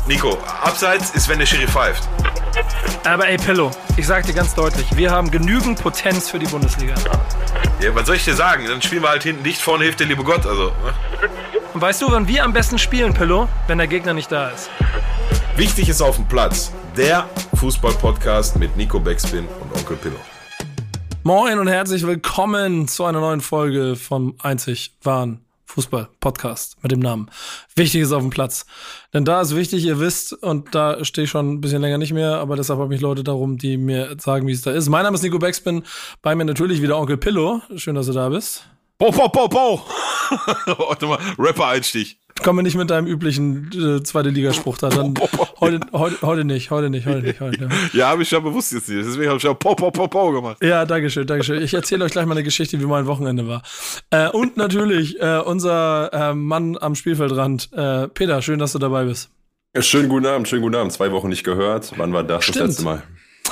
Nico, abseits ist, wenn der Schiri pfeift. Aber ey, Pillow, ich sag dir ganz deutlich, wir haben genügend Potenz für die Bundesliga. Ja, was soll ich dir sagen? Dann spielen wir halt hinten dicht, vorne hilft der liebe Gott. Also, ne? Und weißt du, wann wir am besten spielen, Pillow? Wenn der Gegner nicht da ist. Wichtig ist auf dem Platz. Der Fußball-Podcast mit Nico Backspin und Onkel Pillow. Moin und herzlich willkommen zu einer neuen Folge vom einzig wahren Fußball-Podcast mit dem Namen Wichtig ist auf dem Platz. Denn da ist wichtig, ihr wisst, und da stehe ich schon ein bisschen länger nicht mehr, aber deshalb habe ich Leute darum, die mir sagen, wie es da ist. Mein Name ist Nico Backspin, bei mir natürlich wieder Onkel Pillow. Schön, dass du da bist. Warte mal, Rapper-Einstich. Komm mir nicht mit deinem üblichen zweite Ligaspruch da. Dann heute nicht. Ja, habe ich ja bewusst jetzt nicht. Deswegen habe ich ja Pow gemacht. Ja, dankeschön. Ich erzähle euch gleich mal eine Geschichte, wie mein Wochenende war. Und natürlich unser Mann am Spielfeldrand. Peter, schön, dass du dabei bist. Ja, schönen guten Abend. 2 Wochen nicht gehört. Wann war das letzte Mal?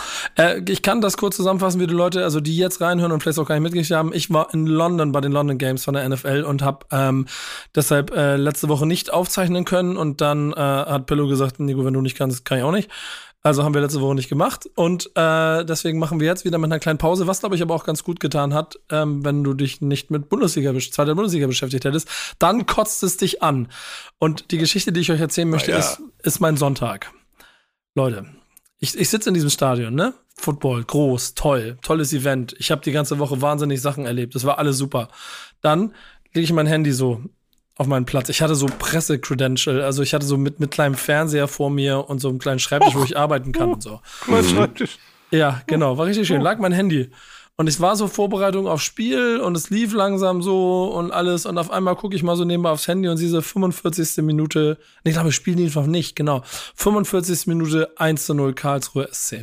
Ich kann das kurz zusammenfassen, wie die Leute, also die jetzt reinhören und vielleicht auch gar nicht mitgekriegt haben. Ich war in London bei den London Games von der NFL und habe deshalb letzte Woche nicht aufzeichnen können. Und dann hat Pillow gesagt, Nico, wenn du nicht kannst, kann ich auch nicht. Also haben wir letzte Woche nicht gemacht. Und deswegen machen wir jetzt wieder mit einer kleinen Pause, was, glaube ich, aber auch ganz gut getan hat, wenn du dich nicht mit zweiter Bundesliga beschäftigt hättest. Dann kotzt es dich an. Und die Geschichte, die ich euch erzählen möchte, ist mein Sonntag. Leute, ich sitze in diesem Stadion, ne? Football, groß, tolles Event. Ich habe die ganze Woche wahnsinnig Sachen erlebt. Das war alles super. Dann lege ich mein Handy so auf meinen Platz. Ich hatte so Presse-Credential, also ich hatte so mit kleinem Fernseher vor mir und so einem kleinen Schreibtisch, wo ich arbeiten kann und so. Mein Schreibtisch. Ja, genau, war richtig schön. Lag mein Handy. Und es war so Vorbereitung aufs Spiel und es lief langsam so und alles. Und auf einmal gucke ich mal so nebenbei aufs Handy und diese 45. Minute, ich glaube, das Spiel lief noch nicht, genau. 45. Minute 1:0 Karlsruhe SC.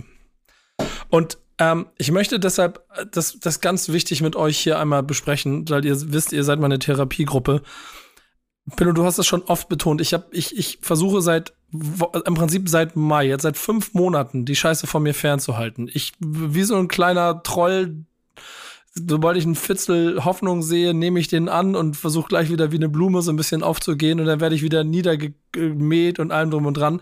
Und ich möchte deshalb das ganz wichtig mit euch hier einmal besprechen, weil ihr wisst, ihr seid meine Therapiegruppe. Pillow, du hast das schon oft betont. Ich versuche im Prinzip seit Mai, jetzt seit 5 Monaten, die Scheiße von mir fernzuhalten. Wie so ein kleiner Troll, sobald ich einen Fitzel Hoffnung sehe, nehme ich den an und versuche gleich wieder wie eine Blume so ein bisschen aufzugehen und dann werde ich wieder niedergemäht und allem drum und dran.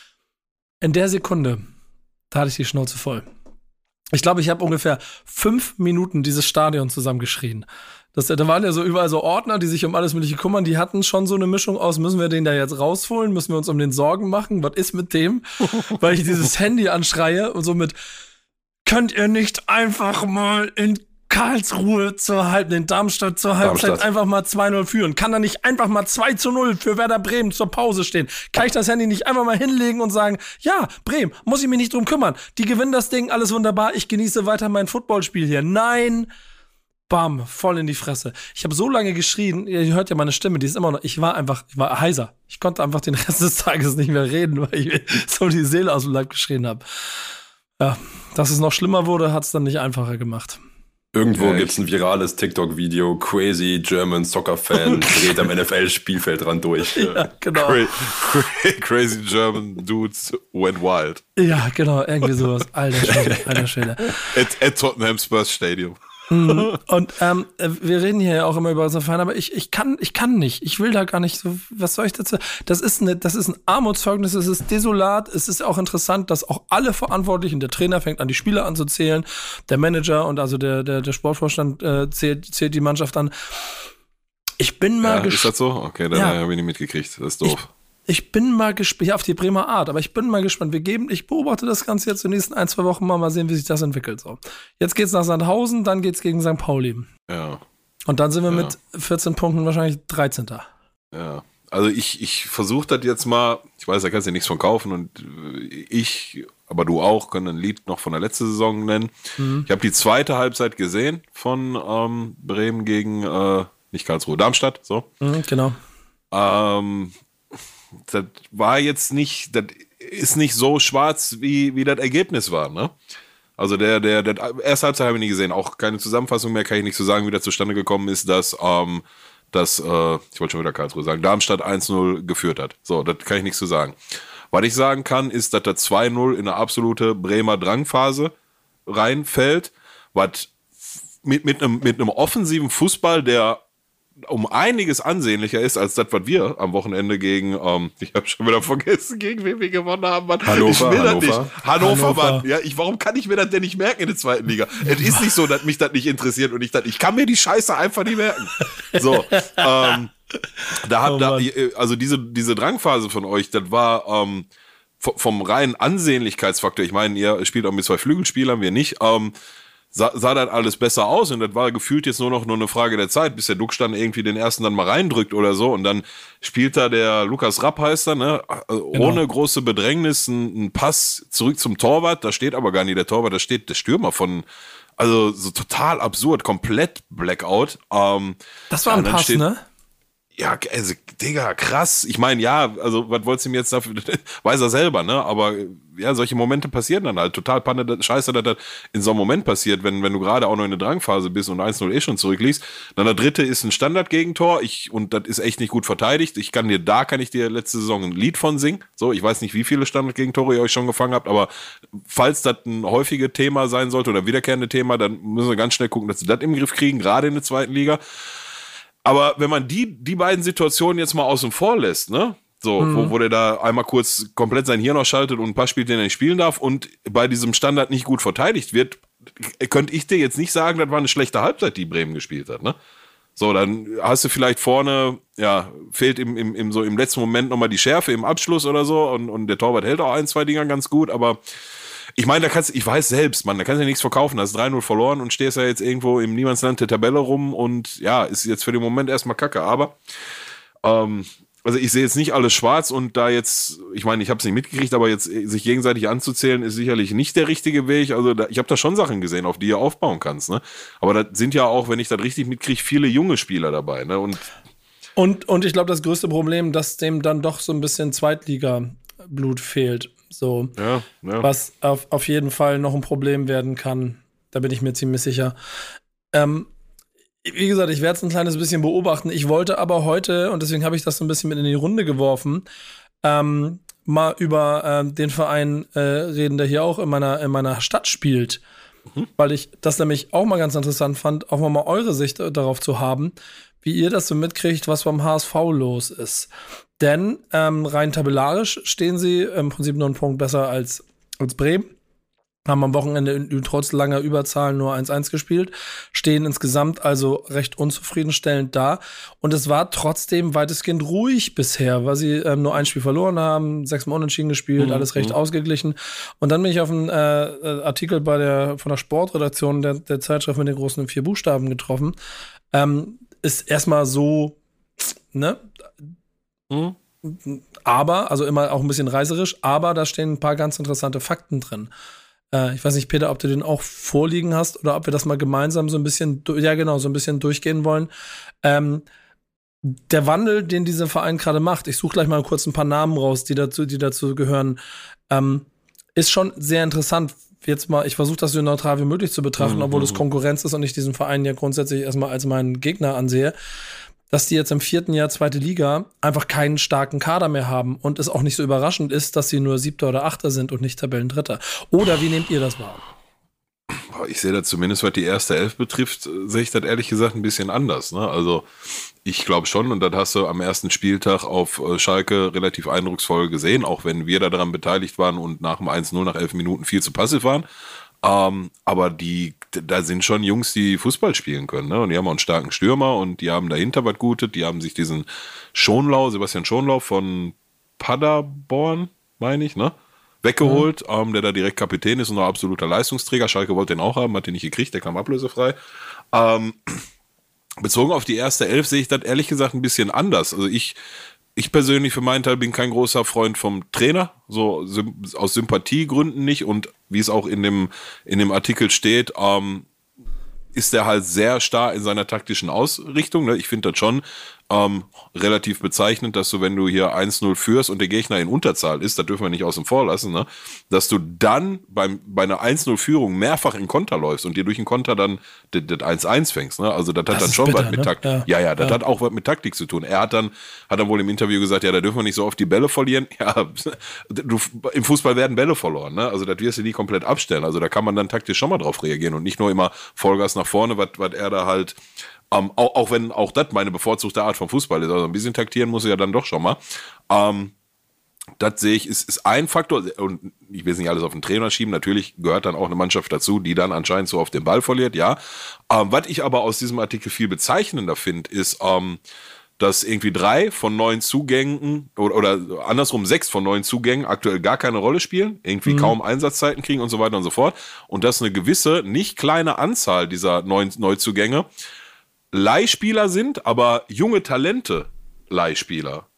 In der Sekunde, da hatte ich die Schnauze voll. Ich glaube, ich habe ungefähr 5 Minuten dieses Stadion zusammengeschrien. Da waren ja so überall so Ordner, die sich um alles Mögliche kümmern. Die hatten schon so eine Mischung aus, müssen wir den da jetzt rausholen? Müssen wir uns um den Sorgen machen? Was ist mit dem? Weil ich dieses Handy anschreie und so mit, könnt ihr nicht einfach mal in Karlsruhe in Darmstadt zur Halbzeit einfach mal 2:0 führen? Kann da nicht einfach mal 2:0 für Werder Bremen zur Pause stehen? Kann ich das Handy nicht einfach mal hinlegen und sagen, ja, Bremen, muss ich mich nicht drum kümmern. Die gewinnen das Ding, alles wunderbar, ich genieße weiter mein Footballspiel hier. Nein! Bam, voll in die Fresse. Ich habe so lange geschrien, ihr hört ja meine Stimme, die ist immer noch, ich war heiser. Ich konnte einfach den Rest des Tages nicht mehr reden, weil ich so die Seele aus dem Leib geschrien habe. Ja, dass es noch schlimmer wurde, hat es dann nicht einfacher gemacht. Irgendwo gibt's ein virales TikTok-Video, crazy German Soccer-Fan dreht am NFL-Spielfeldrand durch. Ja, genau. Crazy German Dudes went wild. Ja, genau, irgendwie sowas. Alter Schwede. At Tottenham Spurs Stadium. Und wir reden hier ja auch immer über unseren Verein, aber ich kann nicht. Ich will da gar nicht so, was soll ich dazu? Das ist ein Armutszeugnis, es ist desolat, es ist auch interessant, dass auch alle Verantwortlichen, der Trainer fängt an, die Spieler anzuzählen, der Manager und also der Sportvorstand zählt die Mannschaft an. Ich bin mal gespannt. Ist das so? Okay, dann habe ich nicht mitgekriegt. Das ist doof. Ich bin mal gespannt, ja, auf die Bremer Art, aber ich bin mal gespannt. Ich beobachte das Ganze jetzt in den nächsten 1-2 Wochen mal sehen, wie sich das entwickelt. So. Jetzt geht's nach Sandhausen, dann geht's gegen St. Pauli. Ja. Und dann sind wir mit 14 Punkten wahrscheinlich 13. Ja. Also ich versuche das jetzt mal, ich weiß, da kannst du nichts von kaufen und aber du auch, können ein Lied noch von der letzten Saison nennen. Mhm. Ich habe die zweite Halbzeit gesehen von Bremen gegen, nicht Karlsruhe, Darmstadt, so. Mhm, genau. Das war jetzt nicht, das ist nicht so schwarz, wie das Ergebnis war, ne? Also der erste Halbzeit habe ich nie gesehen, auch keine Zusammenfassung mehr, kann ich nicht so sagen, wie das zustande gekommen ist, dass ich wollte schon wieder Karlsruhe sagen, Darmstadt 1:0 geführt hat. So, das kann ich nicht so sagen. Was ich sagen kann, ist, dass der 2:0 in eine absolute Bremer Drangphase reinfällt, was mit einem offensiven Fußball, der um einiges ansehnlicher ist als das, was wir am Wochenende gegen, ich habe schon wieder vergessen, gegen wen wir gewonnen haben, Mann. Hannover, Ich will das Hannover. nicht. Hannover, Mann. Ja, warum kann ich mir das denn nicht merken in der zweiten Liga? Es ist nicht so, dass mich das nicht interessiert und ich kann mir die Scheiße einfach nicht merken. So, also diese Drangphase von euch, das war vom reinen Ansehnlichkeitsfaktor. Ich meine, ihr spielt auch mit 2 Flügelspielern, wir nicht. Sah das alles besser aus und das war gefühlt jetzt nur eine Frage der Zeit, bis der Duck dann irgendwie den ersten dann mal reindrückt oder so und dann spielt da der Lukas Rapp, heißt er, ne? Ohne große Bedrängnis ein Pass zurück zum Torwart, da steht aber gar nicht der Torwart, da steht der Stürmer also so total absurd, komplett Blackout. Das war ein Pass, ne? Ja, also, Digga, krass. Ich meine, ja, also, was wolltest du ihm jetzt dafür, weiß er selber, ne? Aber, ja, solche Momente passieren dann halt. Total scheiße, dass das in so einem Moment passiert, wenn du gerade auch noch in der Drangphase bist und 1-0 schon zurückliegst. Dann der dritte ist ein Standardgegentor. Und das ist echt nicht gut verteidigt. Kann ich dir letzte Saison ein Lied von singen. So, ich weiß nicht, wie viele Standardgegentore ihr euch schon gefangen habt, aber falls das ein häufiges Thema sein sollte oder ein wiederkehrendes Thema, dann müssen wir ganz schnell gucken, dass sie das im Griff kriegen, gerade in der zweiten Liga. Aber wenn man die beiden Situationen jetzt mal außen vor lässt, ne? So, wo der da einmal kurz komplett sein Hirn ausschaltet und ein Pass spielt, den er nicht spielen darf und bei diesem Standard nicht gut verteidigt wird, könnte ich dir jetzt nicht sagen, das war eine schlechte Halbzeit, die Bremen gespielt hat, ne? So, dann hast du vielleicht vorne, ja, fehlt im letzten Moment nochmal die Schärfe im Abschluss oder so und der Torwart hält auch 1, 2 Dinger ganz gut, aber ich meine, ich weiß selbst, Mann, da kannst du ja nichts verkaufen, hast 3-0 verloren und stehst ja jetzt irgendwo im Niemandsland der Tabelle rum und ja, ist jetzt für den Moment erstmal kacke, aber also ich sehe jetzt nicht alles schwarz und da jetzt, ich meine, ich habe es nicht mitgekriegt, aber jetzt sich gegenseitig anzuzählen ist sicherlich nicht der richtige Weg, also ich habe da schon Sachen gesehen, auf die ihr aufbauen kannst, ne, aber da sind ja auch, wenn ich das richtig mitkriege, viele junge Spieler dabei, ne, und ich glaube, das größte Problem, dass dem dann doch so ein bisschen Zweitliga-Blut fehlt. So, ja. Was auf jeden Fall noch ein Problem werden kann. Da bin ich mir ziemlich sicher. Wie gesagt, ich werde es ein kleines bisschen beobachten. Ich wollte aber heute, und deswegen habe ich das so ein bisschen mit in die Runde geworfen, mal über den Verein reden, der hier auch in meiner Stadt spielt. Weil ich das nämlich auch mal ganz interessant fand, auch mal eure Sicht darauf zu haben, wie ihr das so mitkriegt, was beim HSV los ist. Denn rein tabellarisch stehen sie im Prinzip nur einen Punkt besser als Bremen. Haben am Wochenende trotz langer Überzahlen nur 1-1 gespielt. Stehen insgesamt also recht unzufriedenstellend da. Und es war trotzdem weitestgehend ruhig bisher, weil sie nur ein Spiel verloren haben, 6-mal unentschieden gespielt, alles recht ausgeglichen. Und dann bin ich auf einen Artikel von der Sportredaktion der Zeitschrift mit den großen 4 Buchstaben getroffen. Ist erstmal so, ne? Aber, also immer auch ein bisschen reißerisch, aber da stehen ein paar ganz interessante Fakten drin. Ich weiß nicht, Peter, ob du den auch vorliegen hast oder ob wir das mal gemeinsam so ein bisschen, so ein bisschen durchgehen wollen. Der Wandel, den dieser Verein gerade macht, ich suche gleich mal kurz ein paar Namen raus, die dazu gehören, ist schon sehr interessant. Jetzt mal, ich versuche das so neutral wie möglich zu betrachten, obwohl es Konkurrenz ist und ich diesen Verein ja grundsätzlich erstmal als meinen Gegner ansehe, dass die jetzt im 4. Jahr 2. Liga einfach keinen starken Kader mehr haben und es auch nicht so überraschend ist, dass sie nur 7. oder 8. sind und nicht Tabellendritter. Oder wie nehmt ihr das wahr? Ich sehe das zumindest, was die erste Elf betrifft, sehe ich das ehrlich gesagt ein bisschen anders, ne? Also ich glaube schon, und das hast du am ersten Spieltag auf Schalke relativ eindrucksvoll gesehen, auch wenn wir da daran beteiligt waren und nach dem 1-0 nach 11 Minuten viel zu passiv waren. Aber da sind schon Jungs, die Fußball spielen können, ne? Und die haben auch einen starken Stürmer und die haben dahinter was Gutes. Die haben sich diesen Sebastian Schonlau von Paderborn, meine ich, ne? Weggeholt, der da direkt Kapitän ist und auch absoluter Leistungsträger. Schalke wollte den auch haben, hat den nicht gekriegt, der kam ablösefrei. Bezogen auf die erste Elf sehe ich das ehrlich gesagt ein bisschen anders. Also ich persönlich für meinen Teil bin kein großer Freund vom Trainer, so aus Sympathiegründen nicht und wie es auch in dem Artikel steht, ist der halt sehr starr in seiner taktischen Ausrichtung. Ne? Ich finde das schon relativ bezeichnend, dass du, wenn du hier 1-0 führst und der Gegner in Unterzahl ist, das dürfen wir nicht außen vor lassen, ne? Dass du dann bei einer 1-0-Führung mehrfach in Konter läufst und dir durch den Konter dann das 1-1 fängst. Ne? Also das hat dann schon bitter, was mit Taktik. Ja, das hat auch was mit Taktik zu tun. Er hat dann wohl im Interview gesagt, ja, da dürfen wir nicht so oft die Bälle verlieren. Ja, im Fußball werden Bälle verloren. Ne? Also das wirst du nie komplett abstellen. Also da kann man dann taktisch schon mal drauf reagieren und nicht nur immer Vollgas nach vorne, was er da halt Auch wenn auch das meine bevorzugte Art von Fußball ist. Also ein bisschen taktieren muss ich ja dann doch schon mal. Das sehe ich, ist ein Faktor. Und ich will es nicht alles auf den Trainer schieben. Natürlich gehört dann auch eine Mannschaft dazu, die dann anscheinend so auf den Ball verliert, ja. Was ich aber aus diesem Artikel viel bezeichnender finde, ist, dass irgendwie 3 von 9 Zugängen oder andersrum 6 von 9 Zugängen aktuell gar keine Rolle spielen, irgendwie kaum Einsatzzeiten kriegen und so weiter und so fort. Und dass eine gewisse, nicht kleine Anzahl dieser Neuzugänge Leihspieler sind, aber junge Talente Leihspieler.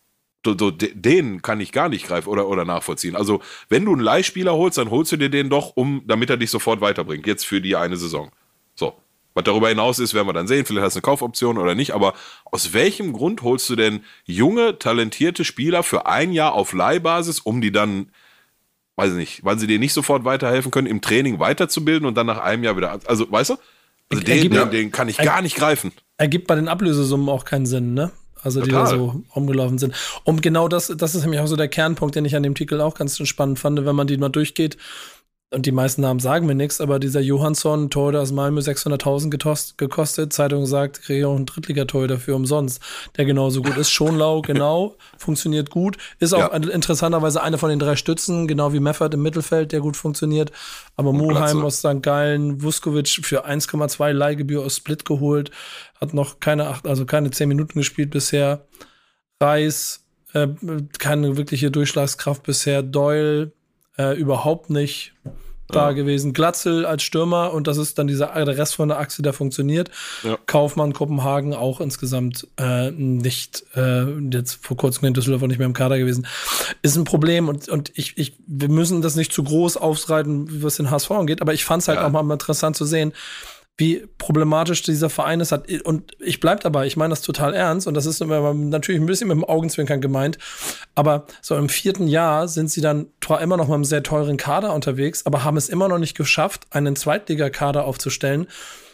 Den kann ich gar nicht greifen oder nachvollziehen. Also, wenn du einen Leihspieler holst, dann holst du dir den doch, damit er dich sofort weiterbringt. Jetzt für die eine Saison. So. Was darüber hinaus ist, werden wir dann sehen. Vielleicht hast du eine Kaufoption oder nicht. Aber aus welchem Grund holst du denn junge, talentierte Spieler für ein Jahr auf Leihbasis, um die dann, weiß ich nicht, weil sie dir nicht sofort weiterhelfen können, im Training weiterzubilden und dann nach einem Jahr wieder, also, weißt du? Also den kann ich gar nicht greifen. Ergibt bei den Ablösesummen auch keinen Sinn, ne? Also die da so rumgelaufen sind. Und genau das ist nämlich auch so der Kernpunkt, den ich an dem Artikel auch ganz spannend fand, wenn man die mal durchgeht. Und die meisten Namen sagen mir nichts, aber dieser Johansson, Torhüter aus Malmö, 600.000 gekostet. Zeitung sagt, kriege ich auch einen Drittligatorhüter dafür umsonst, der genauso gut ist. Schonlau, genau, funktioniert gut. Ist auch interessanterweise einer von den 3 Stützen, genau wie Meffert im Mittelfeld, der gut funktioniert. Aber Moheim aus St. Gallen, Vuskovic für 1,2 Leihgebühr aus Split geholt, hat noch keine 10 Minuten gespielt bisher. Reis, keine wirkliche Durchschlagskraft bisher. Doyle, überhaupt nicht da gewesen. Glatzel als Stürmer und das ist dann der Rest von der Achse, der funktioniert. Ja. Kaufmann, Kopenhagen auch insgesamt nicht, jetzt vor kurzem in Düsseldorf auch nicht mehr im Kader gewesen. Ist ein Problem und wir müssen das nicht zu groß aufreiten, was den HSV angeht, aber ich fand es halt auch mal interessant zu sehen, wie problematisch dieser Verein ist. Und ich bleib dabei, ich meine das total ernst und das ist natürlich ein bisschen mit dem Augenzwinkern gemeint, aber so im 4. Jahr sind sie dann zwar immer noch mal einem sehr teuren Kader unterwegs, aber haben es immer noch nicht geschafft, einen Zweitligakader aufzustellen,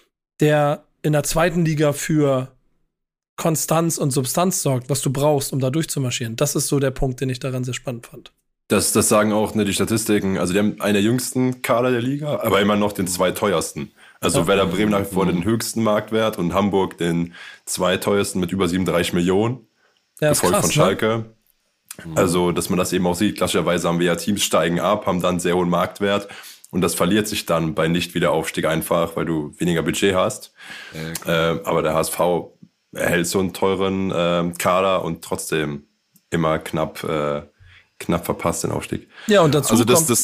der in der 2. Liga für Konstanz und Substanz sorgt, was du brauchst, um da durchzumarschieren. Das ist so der Punkt, den ich daran sehr spannend fand. Das sagen auch die Statistiken. Also die haben einen der jüngsten Kader der Liga, aber immer noch den 2 teuersten. Also Werder Bremen nach wie vor den höchsten Marktwert und Hamburg den 2 teuersten mit über 37 Millionen. Ja, gefolgt krass, von Schalke. Ne? Also, dass man das eben auch sieht. Klassischerweise haben wir ja Teams steigen ab, haben dann einen sehr hohen Marktwert und das verliert sich dann bei Nicht-Wiederaufstieg einfach, weil du weniger Budget hast. Aber der HSV erhält so einen teuren Kader und trotzdem immer knapp verpasst den Aufstieg. Ja, und dazu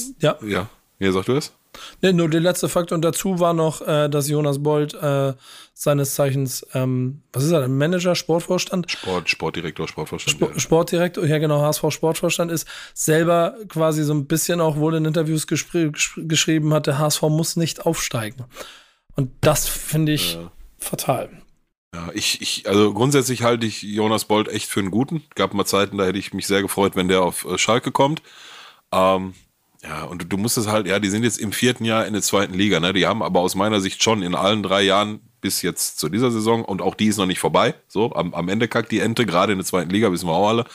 Ja, sagst du das? Ne, nur der letzte Faktor. Und dazu war noch, dass Jonas Bold seines Zeichens, was ist er, Manager, Sportvorstand? Sportdirektor, Sportvorstand. Sportdirektor, ja genau, HSV Sportvorstand ist, selber quasi so ein bisschen auch wohl in Interviews geschrieben hat, der HSV muss nicht aufsteigen. Und das finde ich fatal. Ja, also grundsätzlich halte ich Jonas Bold echt für einen Guten. Gab mal Zeiten, da hätte ich mich sehr gefreut, wenn der auf Schalke kommt. Ja, und du musst es halt, die sind jetzt im 4. Jahr in der 2. Liga, ne? Die haben aber aus meiner Sicht schon in allen 3 Jahren bis jetzt zu dieser Saison, und auch die ist noch nicht vorbei, so, am Ende kackt die Ente, gerade in der 2. Liga, wissen wir auch alle,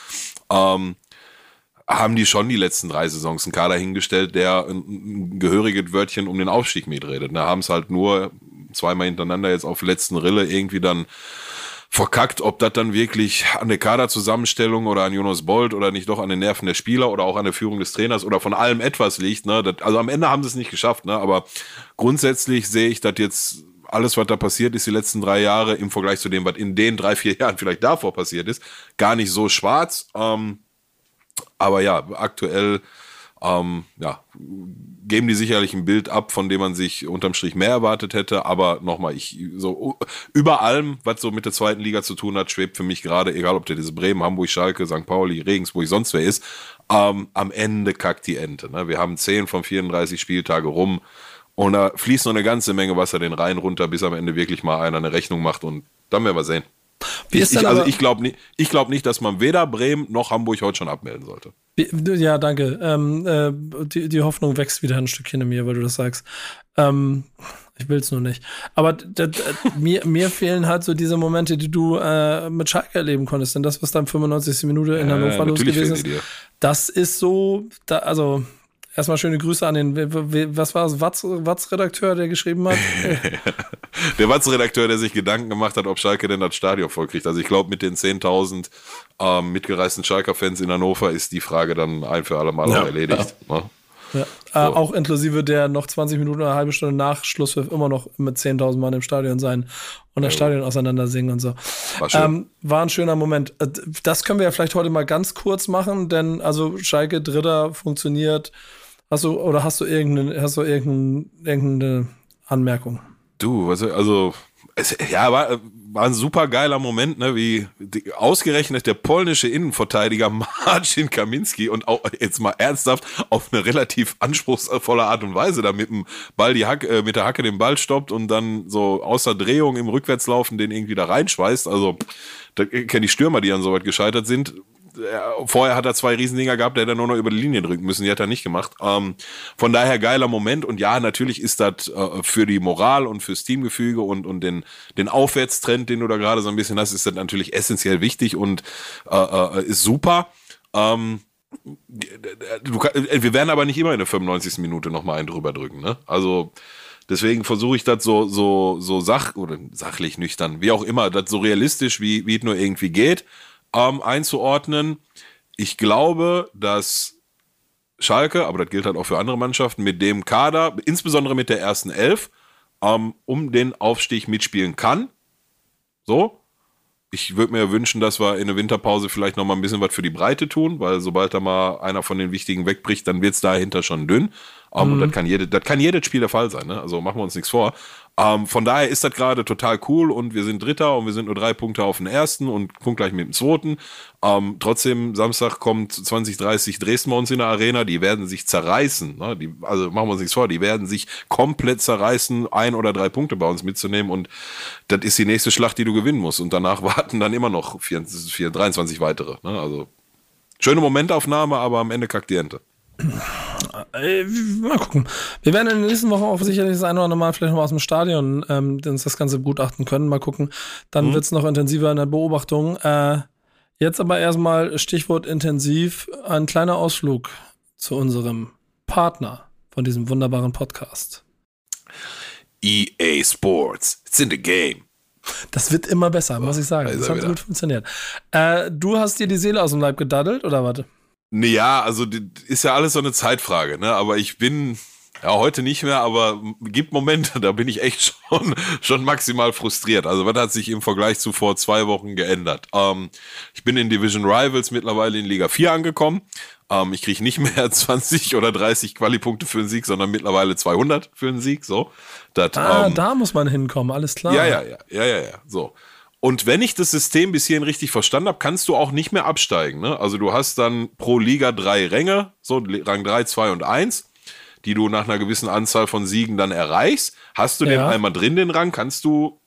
haben die schon die letzten 3 Saisons einen Kader hingestellt, der ein gehöriges Wörtchen um den Aufstieg mitredet. Da haben es halt nur 2-mal hintereinander jetzt auf letzten Rille irgendwie dann verkackt, ob das dann wirklich an der Kaderzusammenstellung oder an Jonas Bold oder nicht doch an den Nerven der Spieler oder auch an der Führung des Trainers oder von allem etwas liegt. Ne? Also am Ende haben sie es nicht geschafft, ne? Aber grundsätzlich sehe ich das jetzt, alles, was da passiert ist die letzten 3 Jahre im Vergleich zu dem, was in den 3-4 Jahren vielleicht davor passiert ist, gar nicht so schwarz. Aber ja, aktuell geben die sicherlich ein Bild ab, von dem man sich unterm Strich mehr erwartet hätte, aber nochmal, über allem, was so mit der 2. Liga zu tun hat, schwebt für mich gerade, egal ob der diese Bremen, Hamburg, Schalke, St. Pauli, Regensburg, sonst wer ist, am Ende kackt die Ente. Ne? Wir haben 10 von 34 Spieltage rum und da fließt noch eine ganze Menge Wasser den Rhein runter, bis am Ende wirklich mal einer eine Rechnung macht und dann werden wir sehen. Ich glaube nicht, dass man weder Bremen noch Hamburg heute schon abmelden sollte. Ja, danke. Die Hoffnung wächst wieder ein Stückchen in mir, weil du das sagst. Ich will es nur nicht. Aber mir fehlen halt so diese Momente, die du mit Schalke erleben konntest. Denn das, was dann 95. Minute in Hannover los gewesen ist, das ist so, also Erstmal schöne Grüße an den, was war es, Watz-Redakteur, der geschrieben hat? Der Watz-Redakteur, der sich Gedanken gemacht hat, ob Schalke denn das Stadion vollkriegt. Also ich glaube, mit den 10.000 mitgereisten Schalker-Fans in Hannover ist die Frage dann ein für alle Mal auch erledigt. Ja. Ne? Ja. So. Auch inklusive der noch 20 Minuten oder eine halbe Stunde nach Schlusspfiff immer noch mit 10.000 Mann im Stadion sein und das Stadion auseinander singen und so. War ein schöner Moment. Das können wir ja vielleicht heute mal ganz kurz machen, denn also Schalke Dritter funktioniert. Hast du irgendeine Anmerkung? Du, also war ein super geiler Moment, ne, wie ausgerechnet der polnische Innenverteidiger Marcin Kaminski und auch jetzt mal ernsthaft auf eine relativ anspruchsvolle Art und Weise da mit dem Ball mit der Hacke den Ball stoppt und dann so außer Drehung im Rückwärtslaufen den irgendwie da reinschweißt. Also da kenne ich Stürmer, die an so weit gescheitert sind. Vorher hat er 2 Riesendinger gehabt, der hätte nur noch über die Linie drücken müssen, die hat er nicht gemacht. Von daher geiler Moment und ja, natürlich ist das für die Moral und fürs Teamgefüge und den Aufwärtstrend, den du da gerade so ein bisschen hast, ist das natürlich essentiell wichtig und ist super. Wir werden aber nicht immer in der 95. Minute nochmal einen drüber drücken, ne? Also deswegen versuche ich das so sachlich, nüchtern, wie auch immer, das so realistisch, wie es nur irgendwie geht, einzuordnen. Ich glaube, dass Schalke, aber das gilt halt auch für andere Mannschaften, mit dem Kader, insbesondere mit der ersten 11, um den Aufstieg mitspielen kann. So. Ich würde mir wünschen, dass wir in der Winterpause vielleicht noch mal ein bisschen was für die Breite tun, weil sobald da mal einer von den Wichtigen wegbricht, dann wird es dahinter schon dünn. Und das kann jedes Spiel der Fall sein, ne? Also machen wir uns nichts vor. Von daher ist das gerade total cool und wir sind Dritter und wir sind nur 3 Punkte auf den ersten und punktgleich mit dem zweiten. Trotzdem, Samstag kommt 20:30 Dresden bei uns in der Arena, die werden sich zerreißen, ne? Also machen wir uns nichts vor, die werden sich komplett zerreißen, 1 oder 3 Punkte bei uns mitzunehmen und das ist die nächste Schlacht, die du gewinnen musst und danach warten dann immer noch 23 weitere, ne? Also schöne Momentaufnahme, aber am Ende kackt die Ente. Mal gucken. Wir werden in den nächsten Wochen auch sicherlich das eine oder andere Mal vielleicht noch mal aus dem Stadion uns das Ganze begutachten können. Mal gucken. Dann wird es noch intensiver in der Beobachtung. Jetzt aber erstmal Stichwort intensiv, ein kleiner Ausflug zu unserem Partner von diesem wunderbaren Podcast. EA Sports. It's in the game. Das wird immer besser, muss ich sagen. Das hat gut funktioniert. Du hast dir die Seele aus dem Leib gedaddelt, oder warte? Ja, also ist ja alles so eine Zeitfrage, ne? Aber ich bin, ja heute nicht mehr, aber gibt Momente, da bin ich echt schon maximal frustriert. Also was hat sich im Vergleich zu vor 2 Wochen geändert? Ich bin in Division Rivals mittlerweile in Liga 4 angekommen. Ich kriege nicht mehr 20 oder 30 Quali-Punkte für einen Sieg, sondern mittlerweile 200 für einen Sieg. So. Da muss man hinkommen, alles klar. Ja. So. Und wenn ich das System bis hierhin richtig verstanden habe, kannst du auch nicht mehr absteigen. Ne? Also du hast dann pro Liga 3 Ränge, so Rang 3, 2 und 1, die du nach einer gewissen Anzahl von Siegen dann erreichst. Hast du den einmal drin, den Rang, kannst du,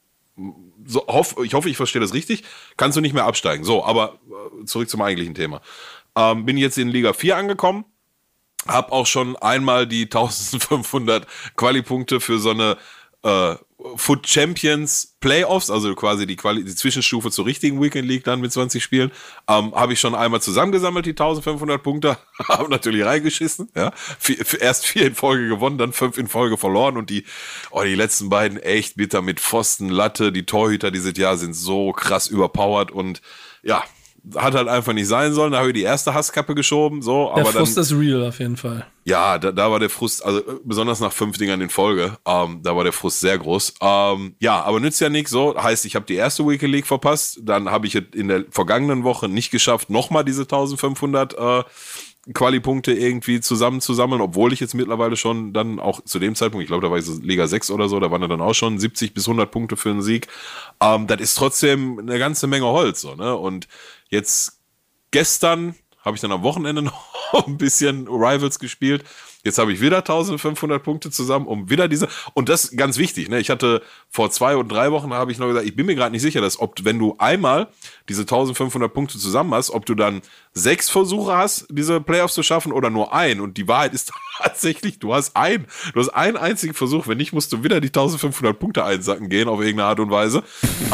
ich hoffe, ich verstehe das richtig, kannst du nicht mehr absteigen. So, aber zurück zum eigentlichen Thema. Bin jetzt in Liga 4 angekommen, habe auch schon einmal die 1500 Quali-Punkte für so eine Foot Champions Playoffs, also quasi die Zwischenstufe zur richtigen Weekend League dann mit 20 Spielen, habe ich schon einmal zusammengesammelt, die 1500 Punkte, habe natürlich reingeschissen, ja, erst 4 in Folge gewonnen, dann 5 in Folge verloren und die letzten beiden echt bitter mit Pfosten, Latte, die Torhüter dieses Jahr sind so krass überpowered und ja, hat halt einfach nicht sein sollen, da habe ich die erste Hasskappe geschoben, so. Der Frust ist real auf jeden Fall. Ja, da war der Frust, also besonders nach 5 Dingern in Folge, da war der Frust sehr groß. Ja, aber nützt ja nichts, so, heißt, ich habe die erste Weekend League verpasst, dann habe ich in der vergangenen Woche nicht geschafft, nochmal diese 1500 Quali-Punkte irgendwie zusammenzusammeln, obwohl ich jetzt mittlerweile schon dann auch zu dem Zeitpunkt, ich glaube, da war ich so Liga 6 oder so, da waren dann auch schon 70 bis 100 Punkte für einen Sieg. Das ist trotzdem eine ganze Menge Holz, so, ne, und jetzt gestern habe ich dann am Wochenende noch ein bisschen Rivals gespielt. Jetzt habe ich wieder 1500 Punkte zusammen, um wieder und das ist ganz wichtig, ne? Ich hatte vor 2 und 3 Wochen, habe ich noch gesagt, ich bin mir gerade nicht sicher, dass wenn du einmal diese 1500 Punkte zusammen hast, ob du dann 6 Versuche hast, diese Playoffs zu schaffen oder nur 1. Und die Wahrheit ist tatsächlich, du hast einen einzigen Versuch. Wenn nicht, musst du wieder die 1500 Punkte einsacken gehen auf irgendeine Art und Weise.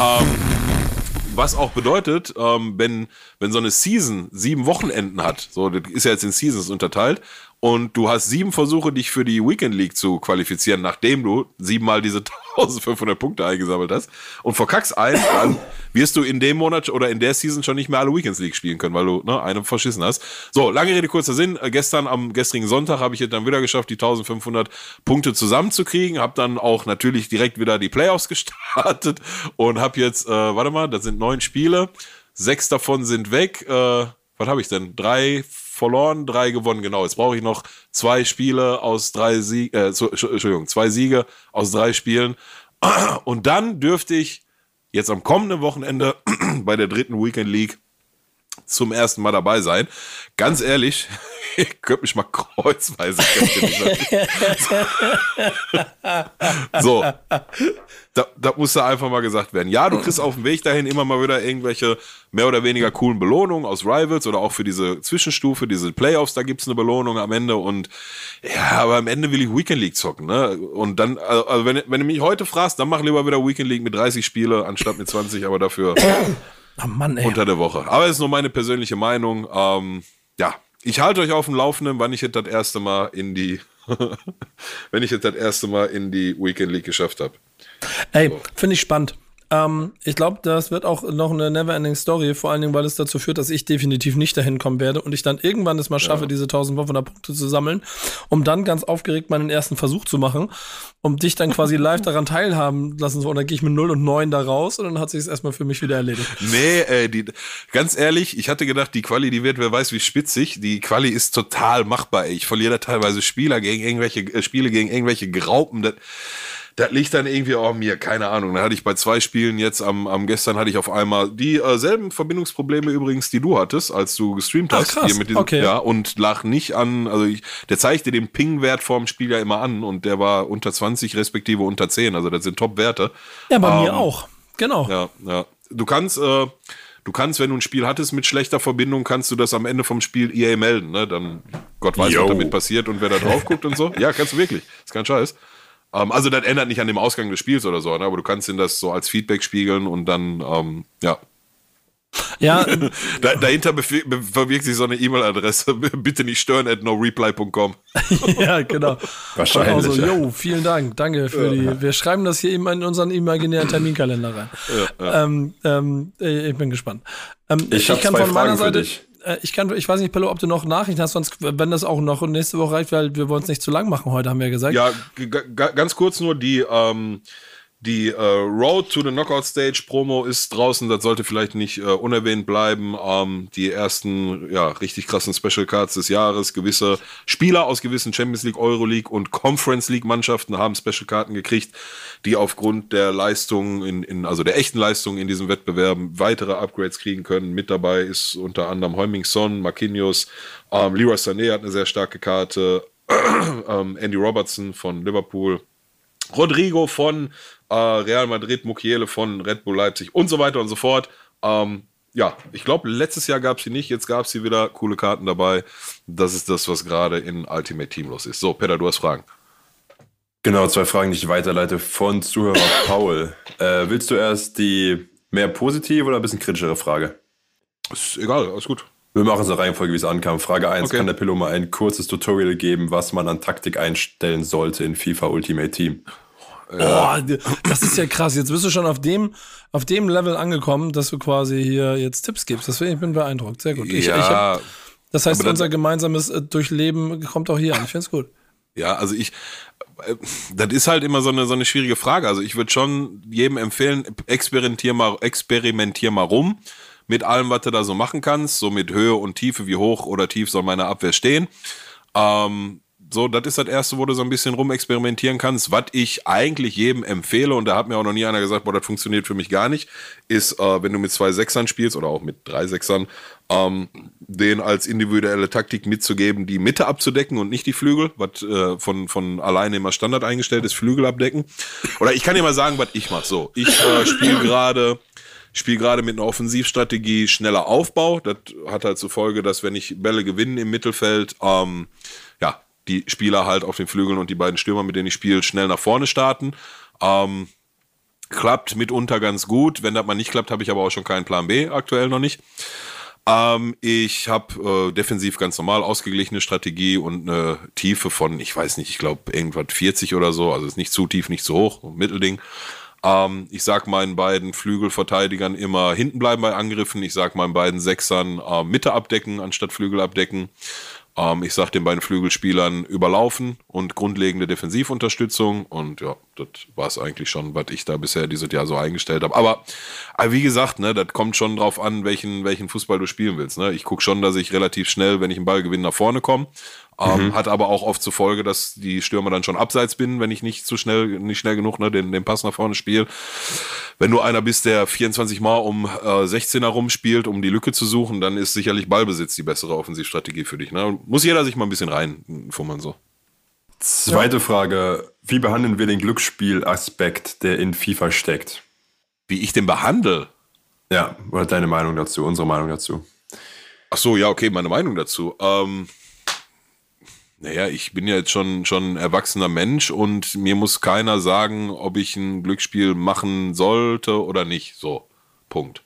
Was auch bedeutet, wenn so eine Season 7 Wochenenden hat, so, das ist ja jetzt in Seasons unterteilt, und du hast 7 Versuche, dich für die Weekend League zu qualifizieren, nachdem du 7-mal diese 1500 Punkte eingesammelt hast und verkackst einen, dann wirst du in dem Monat oder in der Season schon nicht mehr alle Weekends League spielen können, weil du eine verschissen hast. So, lange Rede, kurzer Sinn. Am gestrigen Sonntag habe ich es dann wieder geschafft, die 1500 Punkte zusammenzukriegen, habe dann auch natürlich direkt wieder die Playoffs gestartet und habe jetzt, das sind 9 Spiele, 6 davon sind weg, was habe ich denn? 3 verloren, 3 gewonnen, genau. Jetzt brauche ich noch 2 Spiele aus 3 Siegen, 2 Siege aus 3 Spielen. Und dann dürfte ich jetzt am kommenden Wochenende bei der 3. Weekend League zum ersten Mal dabei sein. Ganz ehrlich, ihr könnt mich mal kreuzweise so, da muss da einfach mal gesagt werden. Ja, du kriegst auf dem Weg dahin immer mal wieder irgendwelche mehr oder weniger coolen Belohnungen aus Rivals oder auch für diese Zwischenstufe, diese Playoffs, da gibt's eine Belohnung am Ende und ja, aber am Ende will ich Weekend League zocken, ne? Und dann, also wenn du mich heute fragst, dann mach lieber wieder Weekend League mit 30 Spiele anstatt mit 20, aber dafür oh Mann, ey. Unter der Woche. Aber es ist nur meine persönliche Meinung. Ja, ich halte euch auf dem Laufenden, wann ich jetzt das erste Mal in die Weekend League geschafft habe. Ey, So. finde ich spannend. Ich glaube, das wird auch noch eine Never-Ending Story, vor allen Dingen, weil es dazu führt, dass ich definitiv nicht dahin kommen werde und ich dann irgendwann es mal schaffe, diese 1500 Punkte zu sammeln, um dann ganz aufgeregt meinen ersten Versuch zu machen, um dich dann quasi live daran teilhaben lassen. Und dann gehe ich mit 0 und 9 da raus und dann hat sich es erstmal für mich wieder erledigt. Nee, ganz ehrlich, ich hatte gedacht, die Quali, die wird, wer weiß wie spitzig. Die Quali ist total machbar, ey. Ich verliere da teilweise Spiele gegen irgendwelche Graupen. Das liegt dann irgendwie auch mir, keine Ahnung. Da hatte ich bei 2 Spielen jetzt gestern hatte ich auf einmal die selben Verbindungsprobleme übrigens, die du hattest, als du gestreamt hast. Ach, krass. Hier mit diesem, Okay. Ja, und lag nicht an, der zeigte den Ping-Wert vorm Spiel ja immer an und der war unter 20 respektive unter 10, also das sind Top-Werte. Ja, bei mir auch. Genau. Ja. Du kannst, wenn du ein Spiel hattest mit schlechter Verbindung, kannst du das am Ende vom Spiel EA melden, ne? Dann Gott weiß, was damit passiert und wer da drauf guckt und so. Ja, kannst du wirklich. Ist kein Scheiß. Also das ändert nicht an dem Ausgang des Spiels oder so, ne? Aber du kannst ihn das so als Feedback spiegeln und dann, ja. Ja, Dahinter verbirgt sich so eine E-Mail-Adresse, bitte nicht stören @noreply.com. ja, genau. Wahrscheinlich. Also, Ja. vielen Dank, danke für wir schreiben das hier eben in unseren imaginären Terminkalender rein. Ich bin gespannt. Ich habe 2 Fragen für dich. Ich weiß nicht, Pello, ob du noch Nachrichten hast, sonst, wenn das auch noch nächste Woche reicht, weil wir wollen es nicht zu lang machen heute, haben wir ja gesagt. Ja, ganz kurz nur, die Road to the Knockout Stage Promo ist draußen, das sollte vielleicht nicht unerwähnt bleiben. Die ersten, richtig krassen Special Cards des Jahres, gewisse Spieler aus gewissen Champions League, Euroleague und Conference League Mannschaften haben Special Karten gekriegt, die aufgrund der Leistung also der echten Leistung in diesen Wettbewerben weitere Upgrades kriegen können. Mit dabei ist unter anderem Heung-min Son, Marquinhos, Leroy Sané hat eine sehr starke Karte, Andy Robertson von Liverpool, Rodrigo von Real Madrid, Mukiele von Red Bull Leipzig und so weiter und so fort. Ich glaube, letztes Jahr gab es sie nicht, jetzt gab es sie wieder, coole Karten dabei. Das ist das, was gerade in Ultimate Team los ist. So, Peter, du hast Fragen. Genau, 2 Fragen, die ich weiterleite von Zuhörer Paul. Willst du erst die mehr positive oder ein bisschen kritischere Frage? Ist egal, alles gut. Wir machen so eine Reihenfolge, wie es ankam. Frage 1, Okay. Kann der Pillow mal ein kurzes Tutorial geben, was man an Taktik einstellen sollte in FIFA Ultimate Team? Oh, das ist ja krass. Jetzt bist du schon auf dem Level angekommen, dass du quasi hier jetzt Tipps gibst. Deswegen ich bin beeindruckt. Sehr gut. Das heißt, aber unser gemeinsames Durchleben kommt auch hier an. Ich finde es gut. Ja, also das ist halt immer so eine schwierige Frage. Also ich würde schon jedem empfehlen, experimentier mal rum mit allem, was du da so machen kannst, so mit Höhe und Tiefe, wie hoch oder tief soll meine Abwehr stehen. So, das ist das Erste, wo du so ein bisschen rumexperimentieren kannst. Was ich eigentlich jedem empfehle, und da hat mir auch noch nie einer gesagt, boah, das funktioniert für mich gar nicht, ist, wenn du mit 2 Sechsern spielst oder auch mit 3 Sechsern, denen als individuelle Taktik mitzugeben, die Mitte abzudecken und nicht die Flügel, was von alleine immer Standard eingestellt ist, Flügel abdecken. Oder ich kann dir mal sagen, was ich mache. So, ich spiele gerade mit einer Offensivstrategie schneller Aufbau. Das hat halt zur Folge, dass wenn ich Bälle gewinne im Mittelfeld, die Spieler halt auf den Flügeln und die beiden Stürmer, mit denen ich spiele, schnell nach vorne starten. Klappt mitunter ganz gut. Wenn das mal nicht klappt, habe ich aber auch schon keinen Plan B, aktuell noch nicht. Ich habe defensiv ganz normal ausgeglichene Strategie und eine Tiefe von, ich weiß nicht, ich glaube irgendwas 40 oder so, also ist nicht zu tief, nicht zu hoch, ein Mittelding. Ich sag meinen beiden Flügelverteidigern immer hinten bleiben bei Angriffen. Ich sag meinen beiden Sechsern Mitte abdecken anstatt Flügel abdecken. Ich sag den beiden Flügelspielern überlaufen und grundlegende Defensivunterstützung. Und ja, das war es eigentlich schon, was ich da bisher dieses Jahr so eingestellt habe. Aber wie gesagt, ne, das kommt schon drauf an, welchen Fußball du spielen willst. Ne? Ich gucke schon, dass ich relativ schnell, wenn ich einen Ball gewinne, nach vorne komme. Hat aber auch oft zur Folge, dass die Stürmer dann schon abseits bin, wenn ich nicht schnell genug den Pass nach vorne spiele. Wenn du einer bist, der 24 Mal um 16er rumspielt, um die Lücke zu suchen, dann ist sicherlich Ballbesitz die bessere Offensivstrategie für dich. Ne? Muss jeder sich mal ein bisschen reinfummeln so. Zweite Frage, wie behandeln wir den Glücksspielaspekt, der in FIFA steckt? Wie ich den behandle? Ja, oder deine Meinung dazu, unsere Meinung dazu? Ach so, ja, okay, meine Meinung dazu. Naja, ich bin ja jetzt schon ein erwachsener Mensch und mir muss keiner sagen, ob ich ein Glücksspiel machen sollte oder nicht. So, Punkt.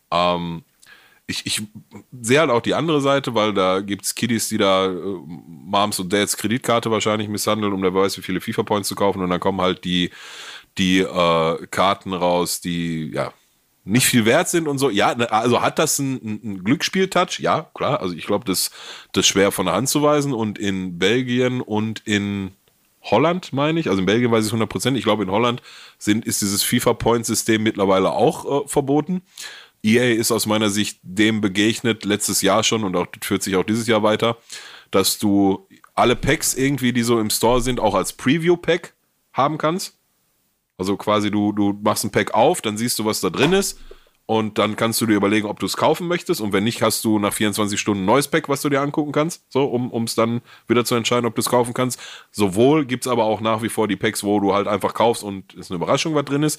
Ich sehe halt auch die andere Seite, weil da gibt's Kiddies, die da Moms und Dads Kreditkarte wahrscheinlich misshandeln, um der weiß, wie viele FIFA-Points zu kaufen und dann kommen halt die Karten raus, die, ja, nicht viel wert sind und so. Ja, also hat das ein Glücksspiel-Touch? Ja, klar. Also ich glaube, das ist schwer von der Hand zu weisen. Und in Belgien und in Holland, meine ich, also in Belgien weiß ich 100%, ich glaube in Holland ist dieses FIFA-Point-System mittlerweile auch verboten. EA ist aus meiner Sicht dem begegnet, letztes Jahr schon und auch das führt sich auch dieses Jahr weiter, dass du alle Packs irgendwie, die so im Store sind, auch als Preview-Pack haben kannst. Also quasi du machst ein Pack auf, dann siehst du, was da drin ist und dann kannst du dir überlegen, ob du es kaufen möchtest und wenn nicht, hast du nach 24 Stunden ein neues Pack, was du dir angucken kannst, so um es dann wieder zu entscheiden, ob du es kaufen kannst. Sowohl gibt es aber auch nach wie vor die Packs, wo du halt einfach kaufst und es ist eine Überraschung, was drin ist.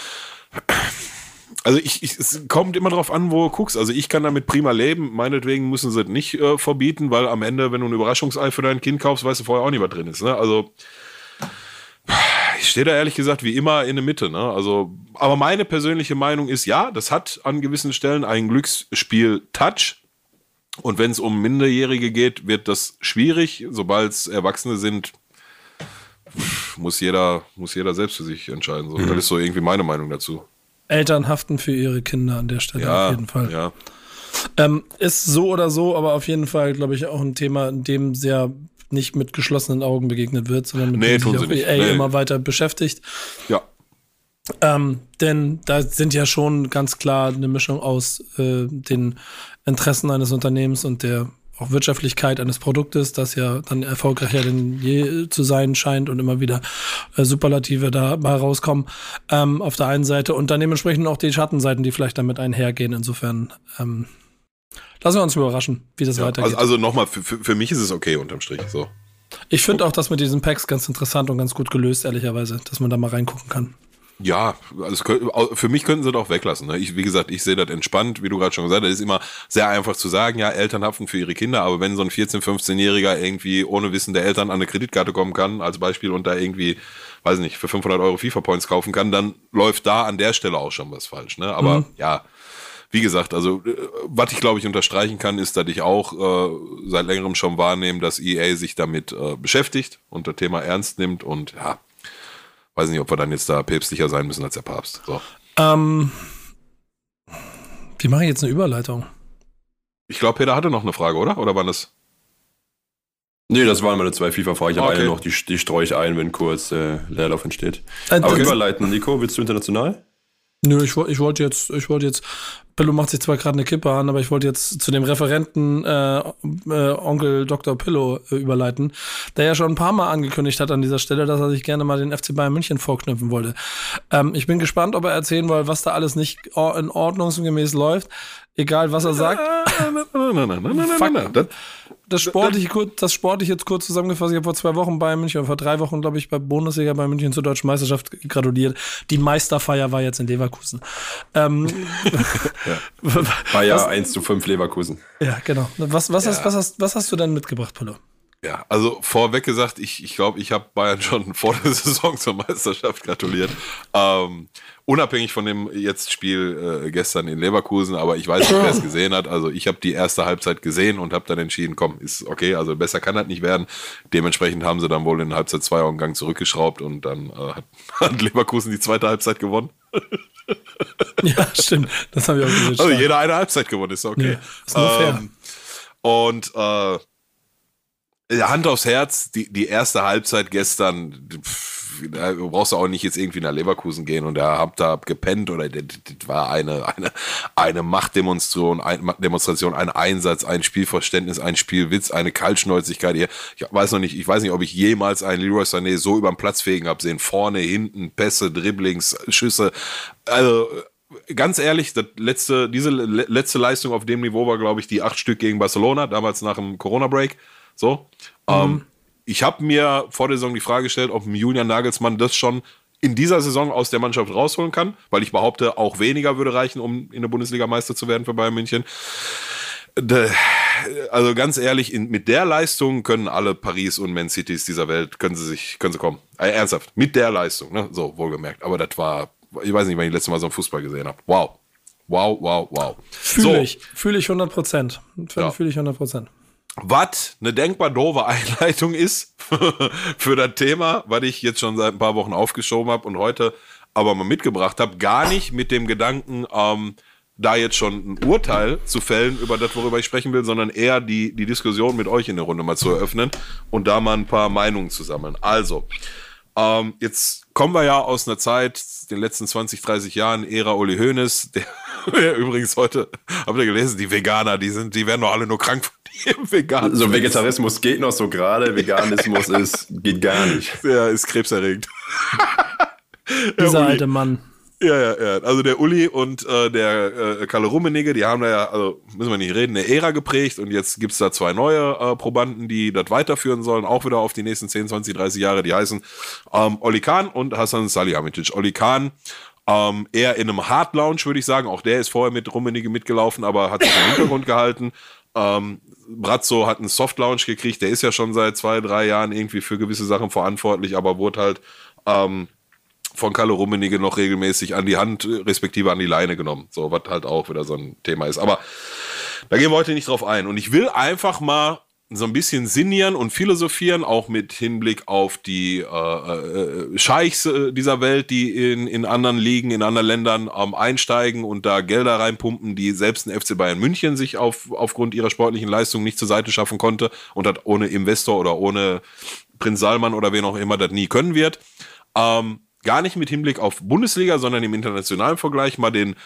Also es kommt immer drauf an, wo du guckst. Also ich kann damit prima leben. Meinetwegen müssen sie es nicht verbieten, weil am Ende, wenn du ein Überraschungsei für dein Kind kaufst, weißt du vorher auch nicht, was drin ist. Ne? Also ich stehe da ehrlich gesagt wie immer in der Mitte. Ne? Also, aber meine persönliche Meinung ist, ja, das hat an gewissen Stellen einen Glücksspiel-Touch. Und wenn es um Minderjährige geht, wird das schwierig. Sobald es Erwachsene sind, muss jeder selbst für sich entscheiden. So. Das ist so irgendwie meine Meinung dazu. Eltern haften für ihre Kinder an der Stelle auf jeden Fall. Ja. Ist so oder so, aber auf jeden Fall, glaube ich, auch ein Thema, in dem sehr nicht mit geschlossenen Augen begegnet wird, sondern mit dem sich auch EA immer weiter beschäftigt. Ja. Denn da sind ja schon ganz klar eine Mischung aus den Interessen eines Unternehmens und der auch Wirtschaftlichkeit eines Produktes, das ja dann erfolgreicher denn je zu sein scheint und immer wieder Superlative dabei rauskommen auf der einen Seite und dann dementsprechend auch die Schattenseiten, die vielleicht damit einhergehen. Insofern lassen wir uns überraschen, wie das weitergeht. Also nochmal, für mich ist es okay unterm Strich. So. Ich finde auch das mit diesen Packs ganz interessant und ganz gut gelöst, ehrlicherweise, dass man da mal reingucken kann. Ja, also für mich könnten sie das auch weglassen. Ne? Wie gesagt, ich sehe das entspannt, wie du gerade schon gesagt hast. Das ist immer sehr einfach zu sagen, ja, Eltern haften für ihre Kinder, aber wenn so ein 14-, 15-Jähriger irgendwie ohne Wissen der Eltern an eine Kreditkarte kommen kann, als Beispiel, und da irgendwie, weiß nicht, für 500 Euro FIFA-Points kaufen kann, dann läuft da an der Stelle auch schon was falsch. Ne? Aber ja, wie gesagt, also was ich glaube ich unterstreichen kann, ist, dass ich auch seit längerem schon wahrnehme, dass EA sich damit beschäftigt und das Thema ernst nimmt und ja, weiß nicht, ob wir dann jetzt da päpstlicher sein müssen als der Papst. So. Wie mache ich jetzt eine Überleitung? Ich glaube, Peter hatte noch eine Frage, oder? Oder waren das? Nee, das waren meine 2 FIFA-Fragen. Ich habe eine noch, die streue ich ein, wenn kurz Leerlauf entsteht. Aber überleiten, Nico, willst du international? Nö, ich wollte jetzt, Pillow macht sich zwar gerade eine Kippe an, aber ich wollte jetzt zu dem Referenten Onkel Dr. Pillow überleiten, der ja schon ein paar Mal angekündigt hat an dieser Stelle, dass er sich gerne mal den FC Bayern München vorknüpfen wollte. Ich bin gespannt, ob er erzählen will, was da alles nicht in ordnungsgemäß läuft. Egal, was er sagt. Das sportlich jetzt kurz zusammengefasst. Ich habe vor 2 Wochen bei München, vor 3 Wochen, glaube ich, bei Bundesliga bei München zur Deutschen Meisterschaft gratuliert. Die Meisterfeier war jetzt in Leverkusen. Bayer 1:5 Leverkusen. Ja, genau. Was hast du denn mitgebracht, Polo? Ja, also vorweg gesagt, ich glaube, ich habe Bayern schon vor der Saison zur Meisterschaft gratuliert. Unabhängig von dem jetzt Spiel gestern in Leverkusen, aber ich weiß nicht, wer es gesehen hat. Also ich habe die erste Halbzeit gesehen und habe dann entschieden, komm, ist okay, also besser kann das nicht werden. Dementsprechend haben sie dann wohl in Halbzeit 2 auch einen Gang zurückgeschraubt und dann hat Leverkusen die zweite Halbzeit gewonnen. Ja, stimmt. Das habe ich auch gesehen. Also jeder eine Halbzeit gewonnen, ist okay. Ja, ist nur fair. Und Hand aufs Herz, die erste Halbzeit gestern, da brauchst du auch nicht jetzt irgendwie nach Leverkusen gehen und da habt ihr gepennt oder das war eine Machtdemonstration, ein Einsatz, ein Spielverständnis, ein Spielwitz, eine Kaltschnäuzigkeit. Ich weiß nicht, ob ich jemals einen Leroy Sané so über den Platz fegen habe sehen. Vorne, hinten, Pässe, Dribblings, Schüsse. Also ganz ehrlich, diese letzte Leistung auf dem Niveau war, glaube ich, die 8 Stück gegen Barcelona, damals nach dem Corona-Break. So. Ich habe mir vor der Saison die Frage gestellt, ob Julian Nagelsmann das schon in dieser Saison aus der Mannschaft rausholen kann, weil ich behaupte, auch weniger würde reichen, um in der Bundesliga Meister zu werden für Bayern München. Also ganz ehrlich, mit der Leistung können alle Paris und Man Cities dieser Welt, können sie kommen. Ernsthaft, mit der Leistung, ne? So, wohlgemerkt. Aber das war, ich weiß nicht, wann ich das letzte Mal so einen Fußball gesehen habe. Wow. Fühle ich 100%. Fühle ich 100%. Was eine denkbar doofe Einleitung ist für das Thema, was ich jetzt schon seit ein paar Wochen aufgeschoben habe und heute aber mal mitgebracht habe, gar nicht mit dem Gedanken, da jetzt schon ein Urteil zu fällen über das, worüber ich sprechen will, sondern eher die Diskussion mit euch in der Runde mal zu eröffnen und da mal ein paar Meinungen zu sammeln. Also, jetzt kommen wir ja aus einer Zeit, den letzten 20, 30 Jahren, Ära Uli Hoeneß, der übrigens heute, habt ihr gelesen, die Veganer, die werden doch alle nur krank von dem Veganen. So Vegetarismus geht noch so gerade, Veganismus geht gar nicht. Ja, ist krebserregend. Dieser alte Mann. Ja. Also der Uli und der Kalle Rummenigge, die haben da ja, also müssen wir nicht reden, eine Ära geprägt und jetzt gibt's da 2 neue Probanden, die das weiterführen sollen, auch wieder auf die nächsten 10, 20, 30 Jahre, die heißen Oli Kahn und Hasan Salihamidzic. Oli Kahn eher in einem Hard Lounge, würde ich sagen, auch der ist vorher mit Rummenigge mitgelaufen, aber hat sich im Hintergrund gehalten. Brazzo hat einen Soft Lounge gekriegt, der ist ja schon seit 2, 3 Jahren irgendwie für gewisse Sachen verantwortlich, aber wurde halt von Kalle Rummenigge noch regelmäßig an die Hand, respektive an die Leine genommen. So, was halt auch wieder so ein Thema ist. Aber da gehen wir heute nicht drauf ein. Und ich will einfach mal so ein bisschen sinnieren und philosophieren, auch mit Hinblick auf die Scheichs dieser Welt, die in anderen Ligen, in anderen Ländern einsteigen und da Gelder reinpumpen, die selbst ein FC Bayern München sich aufgrund ihrer sportlichen Leistung nicht zur Seite schaffen konnte und das ohne Investor oder ohne Prinz Salman oder wen auch immer das nie können wird. Gar nicht mit Hinblick auf Bundesliga, sondern im internationalen Vergleich mal den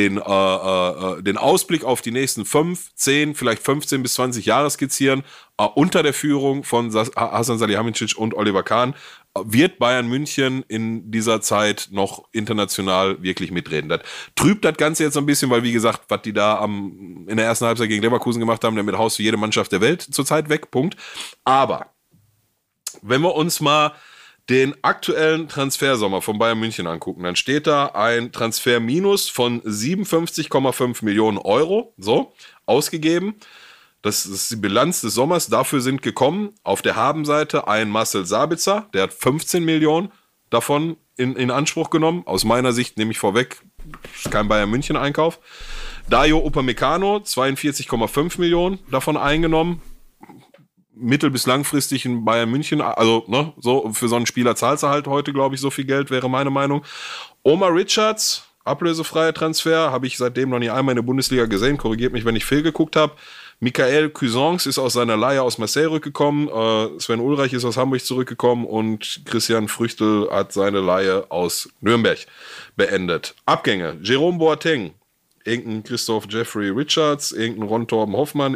Ausblick auf die nächsten 5, 10, vielleicht 15 bis 20 Jahre skizzieren, unter der Führung von Hasan Salihamidzic und Oliver Kahn. Wird Bayern München in dieser Zeit noch international wirklich mitreden? Das trübt das Ganze jetzt so ein bisschen, weil wie gesagt, was die da in der ersten Halbzeit gegen Leverkusen gemacht haben, damit haust du jede Mannschaft der Welt zurzeit weg, Punkt. Aber wenn wir uns mal den aktuellen Transfersommer von Bayern München angucken, dann steht da ein Transferminus von 57,5 Millionen Euro, so, ausgegeben. Das ist die Bilanz des Sommers. Dafür sind gekommen auf der Habenseite ein Marcel Sabitzer, der hat 15 Millionen davon in Anspruch genommen. Aus meiner Sicht nehme ich vorweg, kein Bayern München Einkauf. Dayo Upamecano, 42,5 Millionen davon eingenommen. Mittel- bis langfristig in Bayern München, also ne, so für so einen Spieler zahlst du halt heute, glaube ich, so viel Geld, wäre meine Meinung. Omar Richards, ablösefreier Transfer, habe ich seitdem noch nie einmal in der Bundesliga gesehen, korrigiert mich, wenn ich fehlgeguckt habe. Michael Cuisance ist aus seiner Leihe aus Marseille rückgekommen, Sven Ulreich ist aus Hamburg zurückgekommen und Christian Früchtel hat seine Leihe aus Nürnberg beendet. Abgänge, Jerome Boateng, irgendein Christoph Jeffrey Richards, irgendein Ron Torben Hoffmann,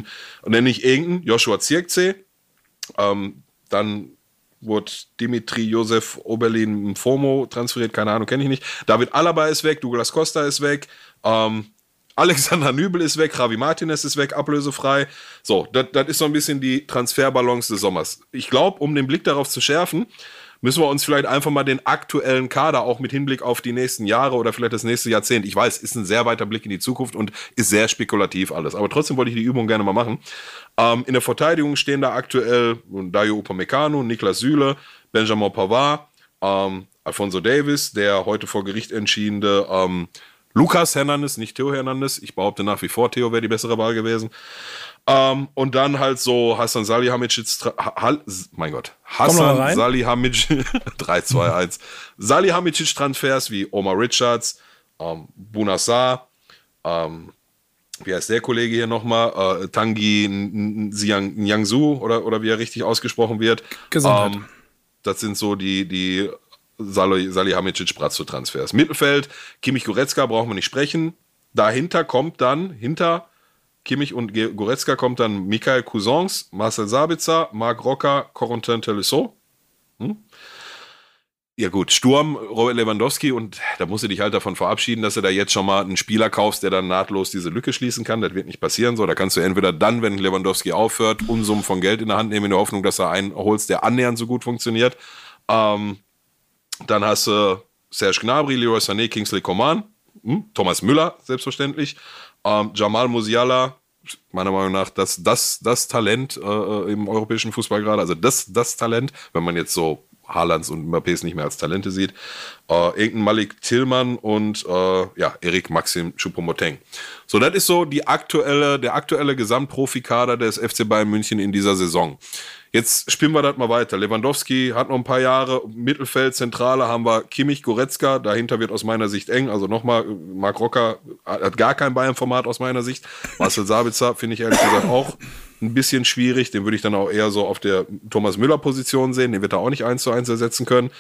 Joshua Zirkzee. Dann wurde Dimitri Josef Oberlin Mfomo transferiert, keine Ahnung, kenne ich nicht. David Alaba ist weg, Douglas Costa ist weg, Alexander Nübel ist weg, Javi Martinez ist weg, ablösefrei. So, das ist so ein bisschen die Transferbalance des Sommers. Ich glaube, um den Blick darauf zu schärfen, müssen wir uns vielleicht einfach mal den aktuellen Kader auch mit Hinblick auf die nächsten Jahre oder vielleicht das nächste Jahrzehnt. Ich weiß, ist ein sehr weiter Blick in die Zukunft und ist sehr spekulativ alles. Aber trotzdem wollte ich die Übung gerne mal machen. In der Verteidigung stehen da aktuell Dayo Upamecano, Niklas Süle, Benjamin Pavard, Alphonso Davies, der heute vor Gericht entschiedene Lucas Hernandez, nicht Theo Hernandez. Ich behaupte nach wie vor, Theo wäre die bessere Wahl gewesen. Und dann halt so Hasan Salihamidzic, Hasan Salihamidzic, 3-2-1, Salihamidzic Transfers wie Omar Richards, Bouna Sarr, wie heißt der Kollege hier nochmal, Tanguy Niangsu oder wie er richtig ausgesprochen wird. Gesundheit. Das sind so die Salihamidzic-Brazzo-Transfers. Mittelfeld, Kimmich Goretzka, brauchen wir nicht sprechen. Dahinter kommt dann, hinter Kimmich und Goretzka kommt dann Michael Cousins, Marcel Sabitzer, Marc Roca, Corentin Tolisso. Ja gut, Sturm, Robert Lewandowski, und da musst du dich halt davon verabschieden, dass du da jetzt schon mal einen Spieler kaufst, der dann nahtlos diese Lücke schließen kann. Das wird nicht passieren. So, da kannst du entweder dann, wenn Lewandowski aufhört, Unsummen von Geld in der Hand nehmen, in der Hoffnung, dass du einen holst, der annähernd so gut funktioniert. Dann hast du Serge Gnabry, Leroy Sané, Kingsley Coman, Thomas Müller, selbstverständlich, Jamal Musiala, meiner Meinung nach das Talent im europäischen Fußball gerade, also das Talent, wenn man jetzt so Haalands und Mbappés nicht mehr als Talente sieht, irgendein Malik Tillmann und Eric Maxim Choupo-Moting. So, das ist so der aktuelle Gesamtprofikader des FC Bayern München in dieser Saison. Jetzt spielen wir das mal weiter. Lewandowski hat noch ein paar Jahre. Mittelfeld, Zentrale haben wir Kimmich, Goretzka. Dahinter wird aus meiner Sicht eng. Also nochmal, Marc Roca hat gar kein Bayern-Format aus meiner Sicht. Marcel Sabitzer finde ich ehrlich gesagt auch ein bisschen schwierig. Den würde ich dann auch eher so auf der Thomas Müller-Position sehen. Den wird er auch nicht 1:1 ersetzen können.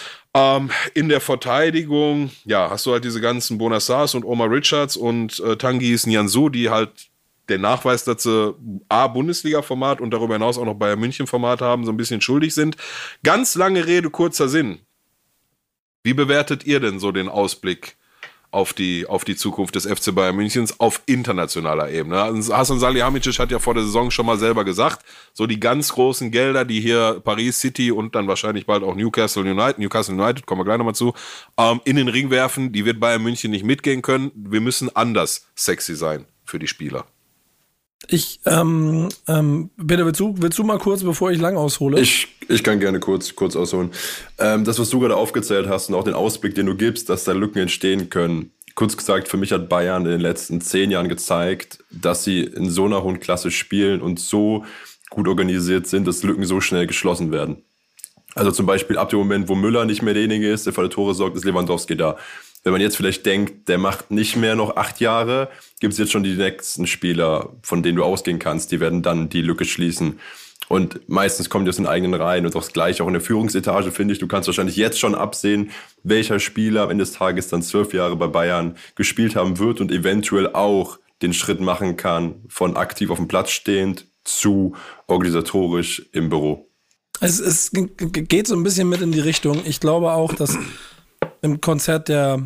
In der Verteidigung, ja, hast du halt diese ganzen Bouna Sarrs und Omar Richards und Tanguy Niangsu, die halt der Nachweis, dass sie Bundesliga-Format und darüber hinaus auch noch Bayern München-Format haben, so ein bisschen schuldig sind. Ganz lange Rede, kurzer Sinn. Wie bewertet ihr denn so den Ausblick auf die Zukunft des FC Bayern Münchens auf internationaler Ebene? Hasan Salihamidzic hat ja vor der Saison schon mal selber gesagt, so die ganz großen Gelder, die hier Paris City und dann wahrscheinlich bald auch Newcastle United, kommen wir gleich nochmal zu, in den Ring werfen, die wird Bayern München nicht mitgehen können. Wir müssen anders sexy sein für die Spieler. Peter, willst du mal kurz, bevor ich lang aushole? Ich kann gerne kurz ausholen. Das, was du gerade aufgezählt hast und auch den Ausblick, den du gibst, dass da Lücken entstehen können. Kurz gesagt, für mich hat Bayern in den letzten 10 Jahren gezeigt, dass sie in so einer hohen Klasse spielen und so gut organisiert sind, dass Lücken so schnell geschlossen werden. Also zum Beispiel ab dem Moment, wo Müller nicht mehr derjenige ist, der für die Tore sorgt, ist Lewandowski da. Wenn man jetzt vielleicht denkt, der macht nicht mehr noch 8 Jahre, gibt es jetzt schon die nächsten Spieler, von denen du ausgehen kannst, die werden dann die Lücke schließen. Und meistens kommen die aus den eigenen Reihen und das Gleiche auch in der Führungsetage, finde ich. Du kannst wahrscheinlich jetzt schon absehen, welcher Spieler am Ende des Tages dann 12 Jahre bei Bayern gespielt haben wird und eventuell auch den Schritt machen kann, von aktiv auf dem Platz stehend zu organisatorisch im Büro. Es geht so ein bisschen mit in die Richtung. Ich glaube auch, dass im Konzert der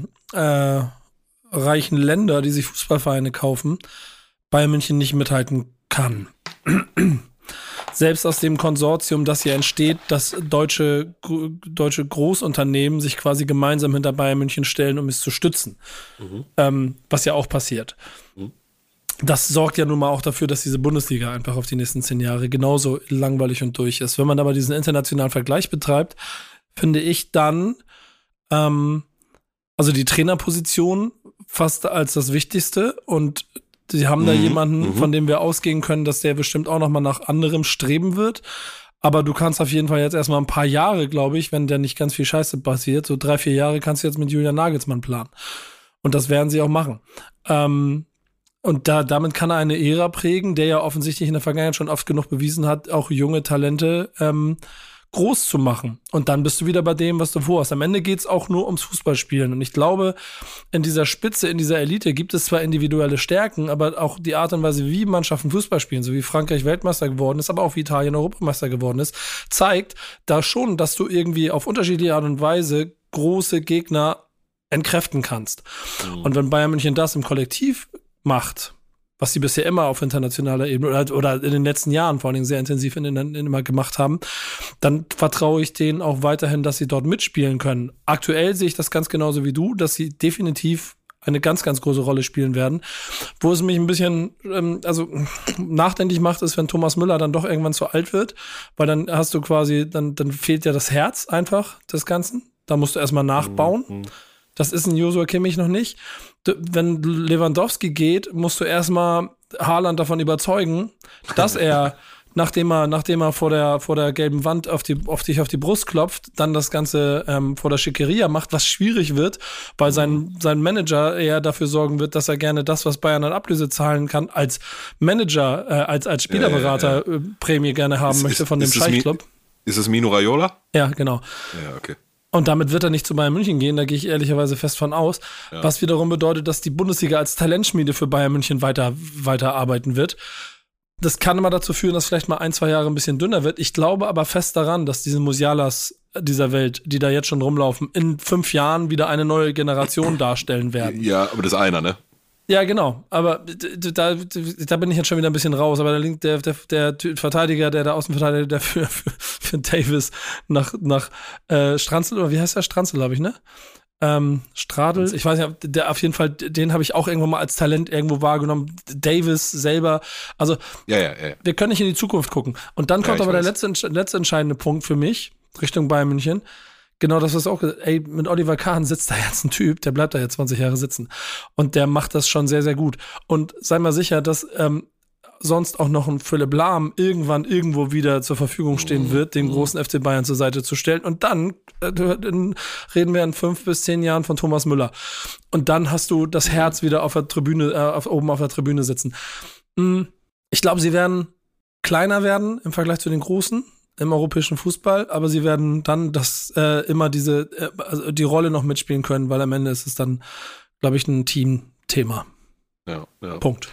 reichen Länder, die sich Fußballvereine kaufen, Bayern München nicht mithalten kann. Selbst aus dem Konsortium, das hier entsteht, dass deutsche Großunternehmen sich quasi gemeinsam hinter Bayern München stellen, um es zu stützen. Was ja auch passiert. Das sorgt ja nun mal auch dafür, dass diese Bundesliga einfach auf die nächsten 10 Jahre genauso langweilig und durch ist. Wenn man aber diesen internationalen Vergleich betreibt, finde ich dann also die Trainerposition fast als das Wichtigste und sie haben da jemanden, von dem wir ausgehen können, dass der bestimmt auch nochmal nach anderem streben wird. Aber du kannst auf jeden Fall jetzt erstmal ein paar Jahre, glaube ich, wenn da nicht ganz viel Scheiße passiert, so 3-4 Jahre kannst du jetzt mit Julian Nagelsmann planen. Und das werden sie auch machen. Und damit kann er eine Ära prägen, der ja offensichtlich in der Vergangenheit schon oft genug bewiesen hat, auch junge Talente groß zu machen. Und dann bist du wieder bei dem, was du vorhast. Am Ende geht's auch nur ums Fußballspielen. Und ich glaube, in dieser Spitze, in dieser Elite gibt es zwar individuelle Stärken, aber auch die Art und Weise, wie Mannschaften Fußball spielen, so wie Frankreich Weltmeister geworden ist, aber auch wie Italien Europameister geworden ist, zeigt da schon, dass du irgendwie auf unterschiedliche Art und Weise große Gegner entkräften kannst. Und wenn Bayern München das im Kollektiv macht, was sie bisher immer auf internationaler Ebene oder in den letzten Jahren vor allen Dingen sehr intensiv immer gemacht haben, dann vertraue ich denen auch weiterhin, dass sie dort mitspielen können. Aktuell sehe ich das ganz genauso wie du, dass sie definitiv eine ganz, ganz große Rolle spielen werden. Wo es mich ein bisschen nachdenklich macht, ist, wenn Thomas Müller dann doch irgendwann zu alt wird, weil dann hast du quasi, dann fehlt ja das Herz einfach des Ganzen. Da musst du erstmal nachbauen. Das ist ein Joshua Kimmich noch nicht. Wenn Lewandowski geht, musst du erstmal Haaland davon überzeugen, dass er nachdem er vor der gelben Wand auf dich auf die Brust klopft, dann das Ganze vor der Schickeria macht, was schwierig wird, weil sein Manager eher dafür sorgen wird, dass er gerne das, was Bayern an Ablöse zahlen kann, als Manager, als Spielerberater Prämie gerne haben möchte von dem Scheichclub. Ist es Mino Raiola? Ja, genau. Ja, okay. Und damit wird er nicht zu Bayern München gehen, da gehe ich ehrlicherweise fest von aus, was wiederum bedeutet, dass die Bundesliga als Talentschmiede für Bayern München weiter arbeiten wird. Das kann immer dazu führen, dass vielleicht mal 1-2 Jahre ein bisschen dünner wird. Ich glaube aber fest daran, dass diese Musialas dieser Welt, die da jetzt schon rumlaufen, in 5 Jahren wieder eine neue Generation darstellen werden. Ja, aber das ist einer, ne? Ja, genau. Aber da bin ich jetzt schon wieder ein bisschen raus. Aber der Verteidiger, der Außenverteidiger, der für Davis nach Stranzel, oder wie heißt der? Stranzel, glaube ich, ne? Stradl, ich weiß nicht, der auf jeden Fall, den habe ich auch irgendwann mal als Talent irgendwo wahrgenommen. Davis selber, also ja. Wir können nicht in die Zukunft gucken. Und dann kommt aber der letzte entscheidende Punkt für mich, Richtung Bayern München. Genau das, was auch, mit Oliver Kahn sitzt da jetzt ein Typ, der bleibt da jetzt 20 Jahre sitzen. Und der macht das schon sehr, sehr gut. Und sei mal sicher, dass sonst auch noch ein Philipp Lahm irgendwann irgendwo wieder zur Verfügung stehen wird, den großen FC Bayern zur Seite zu stellen. Und dann reden wir in 5 bis 10 Jahren von Thomas Müller. Und dann hast du das Herz wieder auf der Tribüne, oben auf der Tribüne sitzen. Ich glaube, sie werden kleiner werden im Vergleich zu den Großen im europäischen Fußball, aber sie werden dann immer die Rolle noch mitspielen können, weil am Ende ist es dann, glaube ich, ein Teamthema. Ja. Punkt.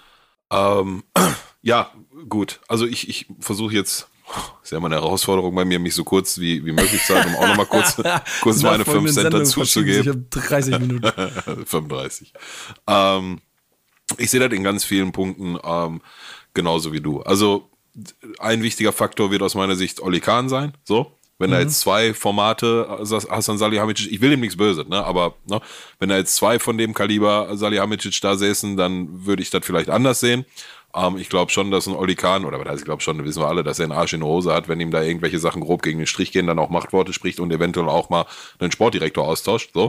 Ja, gut. Also ich versuche jetzt, ist ja immer eine Herausforderung bei mir, mich so kurz wie möglich zu halten, um auch nochmal kurz meine 5 Cent dazuzugeben. 30 Minuten. 35. Ich sehe das in ganz vielen Punkten genauso wie du. Also ein wichtiger Faktor wird aus meiner Sicht Oli Kahn sein, so. Wenn da jetzt 2 Formate, Hasan Salihamidzic, ich will ihm nichts Böses, ne, aber ne, wenn da jetzt 2 von dem Kaliber Salihamidzic da säßen, dann würde ich das vielleicht anders sehen. Ich glaube schon, dass ein Oli Kahn, oder was heißt, ich glaube schon, wissen wir alle, dass er einen Arsch in der Hose hat, wenn ihm da irgendwelche Sachen grob gegen den Strich gehen, dann auch Machtworte spricht und eventuell auch mal einen Sportdirektor austauscht, so.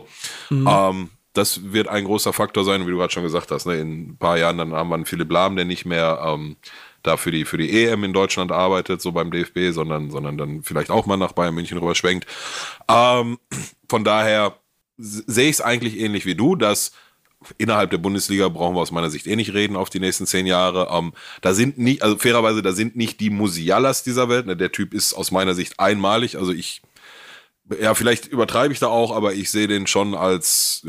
Das wird ein großer Faktor sein, wie du gerade schon gesagt hast, ne, in ein paar Jahren dann haben wir einen Philipp Lahm, der nicht mehr da für die EM in Deutschland arbeitet, so beim DFB, sondern dann vielleicht auch mal nach Bayern München rüber schwenkt. Von daher sehe ich es eigentlich ähnlich wie du, dass innerhalb der Bundesliga brauchen wir aus meiner Sicht nicht reden auf die nächsten 10 Jahre. Da sind nicht, also fairerweise, da sind nicht die Musialas dieser Welt. Ne? Der Typ ist aus meiner Sicht einmalig. Also vielleicht übertreibe ich da auch, aber ich sehe den schon als,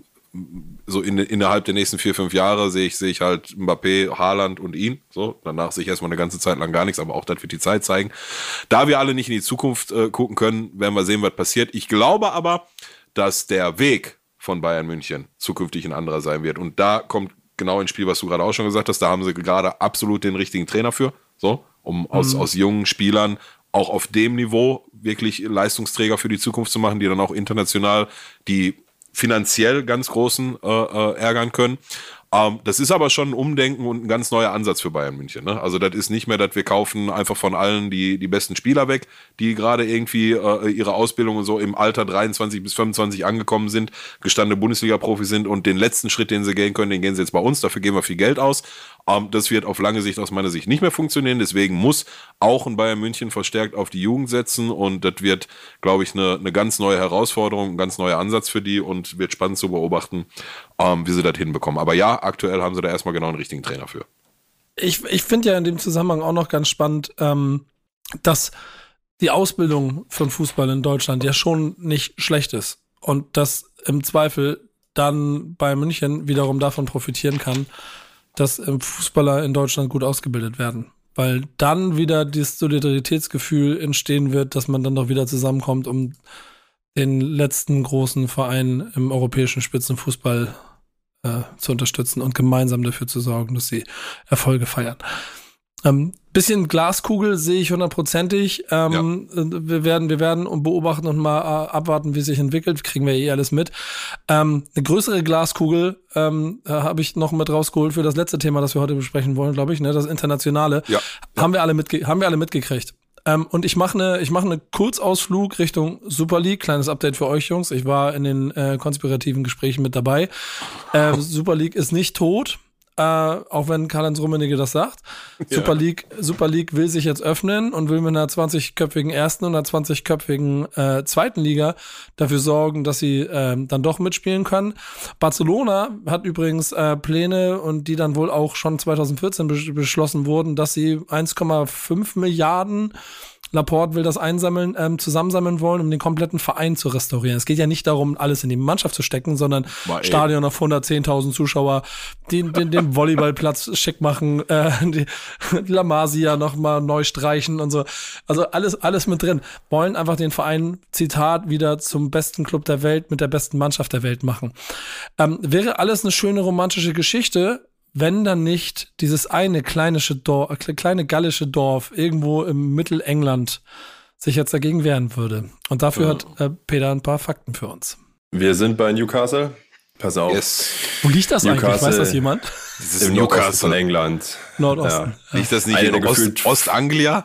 so innerhalb der nächsten 4-5 Jahre sehe ich halt Mbappé, Haaland und ihn. So, danach sehe ich erstmal eine ganze Zeit lang gar nichts, aber auch das wird die Zeit zeigen. Da wir alle nicht in die Zukunft gucken können, werden wir sehen, was passiert. Ich glaube aber, dass der Weg von Bayern München zukünftig ein anderer sein wird. Und da kommt genau ins Spiel, was du gerade auch schon gesagt hast. Da haben sie gerade absolut den richtigen Trainer für. So, um aus jungen Spielern auch auf dem Niveau wirklich Leistungsträger für die Zukunft zu machen, die dann auch international die finanziell ganz großen ärgern können. Das ist aber schon ein Umdenken und ein ganz neuer Ansatz für Bayern München. Ne? Also das ist nicht mehr, dass wir kaufen einfach von allen die besten Spieler weg, die gerade irgendwie ihre Ausbildung und so im Alter 23 bis 25 angekommen sind, gestandene Bundesliga-Profis sind und den letzten Schritt, den sie gehen können, den gehen sie jetzt bei uns. Dafür geben wir viel Geld aus. Das wird auf lange Sicht aus meiner Sicht nicht mehr funktionieren. Deswegen muss auch ein Bayern München verstärkt auf die Jugend setzen und das wird, glaube ich, eine ganz neue Herausforderung, ein ganz neuer Ansatz für die und wird spannend zu beobachten, wie sie das hinbekommen. Aber ja, aktuell haben sie da erstmal genau einen richtigen Trainer für. Ich finde ja in dem Zusammenhang auch noch ganz spannend, dass die Ausbildung von Fußball in Deutschland ja schon nicht schlecht ist und dass im Zweifel dann Bayern München wiederum davon profitieren kann, dass Fußballer in Deutschland gut ausgebildet werden. Weil dann wieder das Solidaritätsgefühl entstehen wird, dass man dann doch wieder zusammenkommt, um den letzten großen Verein im europäischen Spitzenfußball zu unterstützen und gemeinsam dafür zu sorgen, dass sie Erfolge feiern. Bisschen Glaskugel sehe ich 100%ig. Wir werden und beobachten und mal abwarten, wie es sich entwickelt. Kriegen wir alles mit. Eine größere Glaskugel habe ich noch mit rausgeholt für das letzte Thema, das wir heute besprechen wollen, glaube ich, ne, das Internationale. Ja. Haben wir alle mitgekriegt. Und ich mache eine Kurzausflug Richtung Super League. Kleines Update für euch, Jungs. Ich war in den konspirativen Gesprächen mit dabei. Super League ist nicht tot. Auch wenn Karl-Heinz Rummenigge das sagt. Ja. Super League will sich jetzt öffnen und will mit einer 20-köpfigen ersten und einer 20-köpfigen zweiten Liga dafür sorgen, dass sie dann doch mitspielen können. Barcelona hat übrigens Pläne, und die dann wohl auch schon 2014 beschlossen wurden, dass sie 1,5 Milliarden, Laporte will das zusammensammeln wollen, um den kompletten Verein zu restaurieren. Es geht ja nicht darum, alles in die Mannschaft zu stecken, sondern Stadion auf 110.000 Zuschauer, den Volleyballplatz schick machen, die La Masia nochmal neu streichen und so. Also alles mit drin. Wollen einfach den Verein, Zitat, wieder zum besten Club der Welt mit der besten Mannschaft der Welt machen. Wäre alles eine schöne romantische Geschichte, wenn dann nicht dieses eine kleine gallische Dorf irgendwo im Mittelengland sich jetzt dagegen wehren würde. Und dafür hat Peter ein paar Fakten für uns. Wir sind bei Newcastle. Pass auf. Yes. Wo liegt das Newcastle, eigentlich? Weiß das jemand? Das ist im Newcastle von England. Nordosten. Ja. Liegt das nicht in Ostanglia?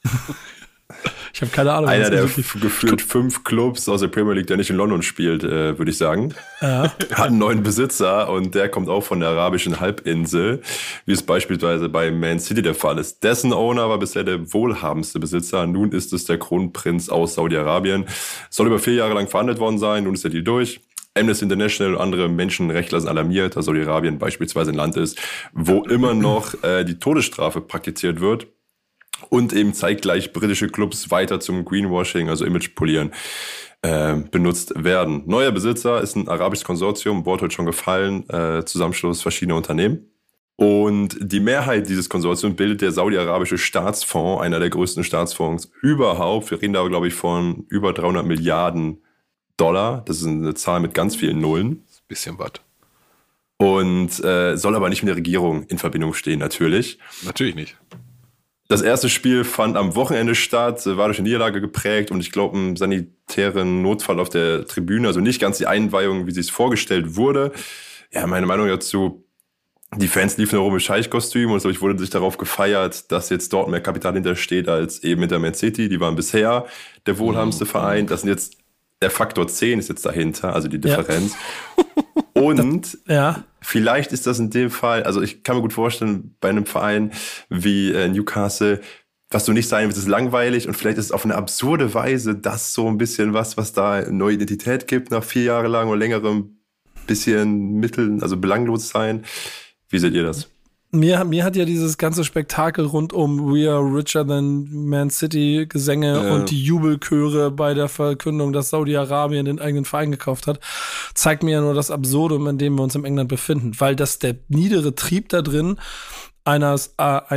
Ich habe keine Ahnung. Einer der gefühlt 5 Clubs aus der Premier League, der nicht in London spielt, würde ich sagen. Ja. Hat einen neuen Besitzer, und der kommt auch von der arabischen Halbinsel, wie es beispielsweise bei Man City der Fall ist. Dessen Owner war bisher der wohlhabendste Besitzer. Nun ist es der Kronprinz aus Saudi-Arabien. Soll über 4 Jahre lang verhandelt worden sein. Nun ist der Deal durch. Amnesty International und andere Menschenrechtler sind alarmiert, dass Saudi-Arabien beispielsweise ein Land ist, wo immer noch die Todesstrafe praktiziert wird. Und eben zeitgleich britische Clubs weiter zum Greenwashing, also Image polieren, benutzt werden. Neuer Besitzer ist ein arabisches Konsortium, Wort heute schon gefallen, Zusammenschluss verschiedener Unternehmen. Und die Mehrheit dieses Konsortiums bildet der saudi-arabische Staatsfonds, einer der größten Staatsfonds überhaupt. Wir reden da, glaube ich, von über 300 Milliarden $. Das ist eine Zahl mit ganz vielen Nullen. Bisschen was. Und soll aber nicht mit der Regierung in Verbindung stehen, natürlich. Natürlich nicht. Das erste Spiel fand am Wochenende statt, war durch eine Niederlage geprägt und ich glaube einen sanitären Notfall auf der Tribüne, also nicht ganz die Einweihung, wie sie es vorgestellt wurde. Ja, meine Meinung dazu, die Fans liefen herum mit Scheichkostüm und ich wurde sich darauf gefeiert, dass jetzt dort mehr Kapital hintersteht als eben hinter Man City. Die waren bisher der wohlhabendste Verein. Das sind jetzt, der Faktor 10 ist jetzt dahinter, also die Differenz. Ja. Und vielleicht ist das in dem Fall, also ich kann mir gut vorstellen, bei einem Verein wie Newcastle, was du nicht sein willst, ist langweilig, und vielleicht ist es auf eine absurde Weise das so ein bisschen was da eine neue Identität gibt nach 4 Jahre lang oder längerem bisschen also belanglos sein. Wie seht ihr das? Mir hat ja dieses ganze Spektakel rund um We Are Richer Than Man City Gesänge und die Jubelchöre bei der Verkündung, dass Saudi-Arabien den eigenen Verein gekauft hat, zeigt mir ja nur das Absurdum, in dem wir uns im England befinden. Weil das der niedere Trieb da drin eines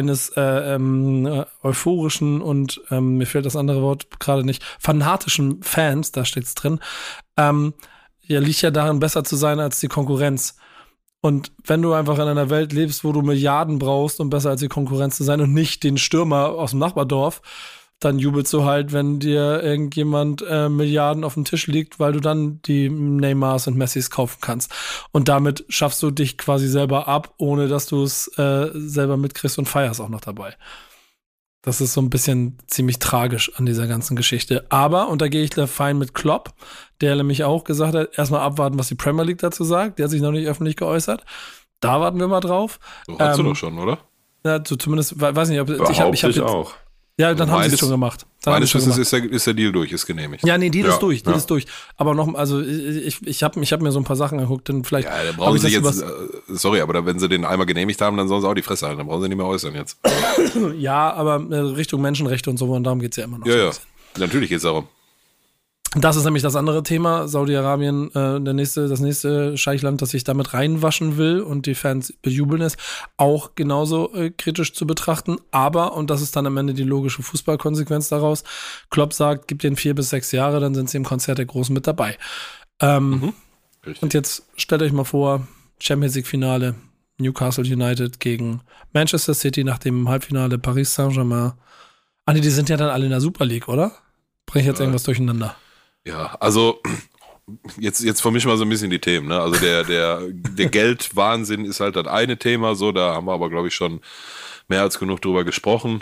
euphorischen und mir fehlt das andere Wort gerade nicht, fanatischen Fans, da steht's drin, liegt ja darin, besser zu sein als die Konkurrenz. Und wenn du einfach in einer Welt lebst, wo du Milliarden brauchst, um besser als die Konkurrenz zu sein und nicht den Stürmer aus dem Nachbardorf, dann jubelst du halt, wenn dir irgendjemand Milliarden auf dem Tisch liegt, weil du dann die Neymars und Messis kaufen kannst. Und damit schaffst du dich quasi selber ab, ohne dass du es selber mitkriegst, und feierst auch noch dabei. Das ist so ein bisschen ziemlich tragisch an dieser ganzen Geschichte. Aber, und da gehe ich da fein mit Klopp, der nämlich auch gesagt hat, erstmal abwarten, was die Premier League dazu sagt. Der hat sich noch nicht öffentlich geäußert. Da warten wir mal drauf. So hast du doch schon, oder? Ja, so zumindest, weiß nicht, ob ich hab auch. Ja, dann haben sie es schon gemacht. Meines Wissens ist der Deal durch, ist genehmigt. Ja, nee, Deal ist durch. Aber noch, also ich hab mir so ein paar Sachen angeguckt, dann vielleicht. Ja, dann brauchen sie jetzt, sorry, aber wenn sie den einmal genehmigt haben, dann sollen sie auch die Fresse halten, dann brauchen sie nicht mehr äußern jetzt. Ja, aber Richtung Menschenrechte und so, und darum geht's ja immer noch. Ja, natürlich geht's darum. Das ist nämlich das andere Thema. Saudi-Arabien, das nächste Scheichland, das sich damit reinwaschen will und die Fans bejubeln es, auch genauso kritisch zu betrachten. Aber, und das ist dann am Ende die logische Fußballkonsequenz daraus, Klopp sagt, gib denen 4 bis 6 Jahre, dann sind sie im Konzert der Großen mit dabei. Und jetzt stellt euch mal vor, Champions League-Finale, Newcastle United gegen Manchester City nach dem Halbfinale Paris Saint-Germain. Nee, die sind ja dann alle in der Super League, oder? Bring ich jetzt irgendwas durcheinander? Ja, also jetzt vermischen wir so ein bisschen die Themen, ne? Also der Geldwahnsinn ist halt das eine Thema, so, da haben wir aber, glaube ich, schon mehr als genug drüber gesprochen.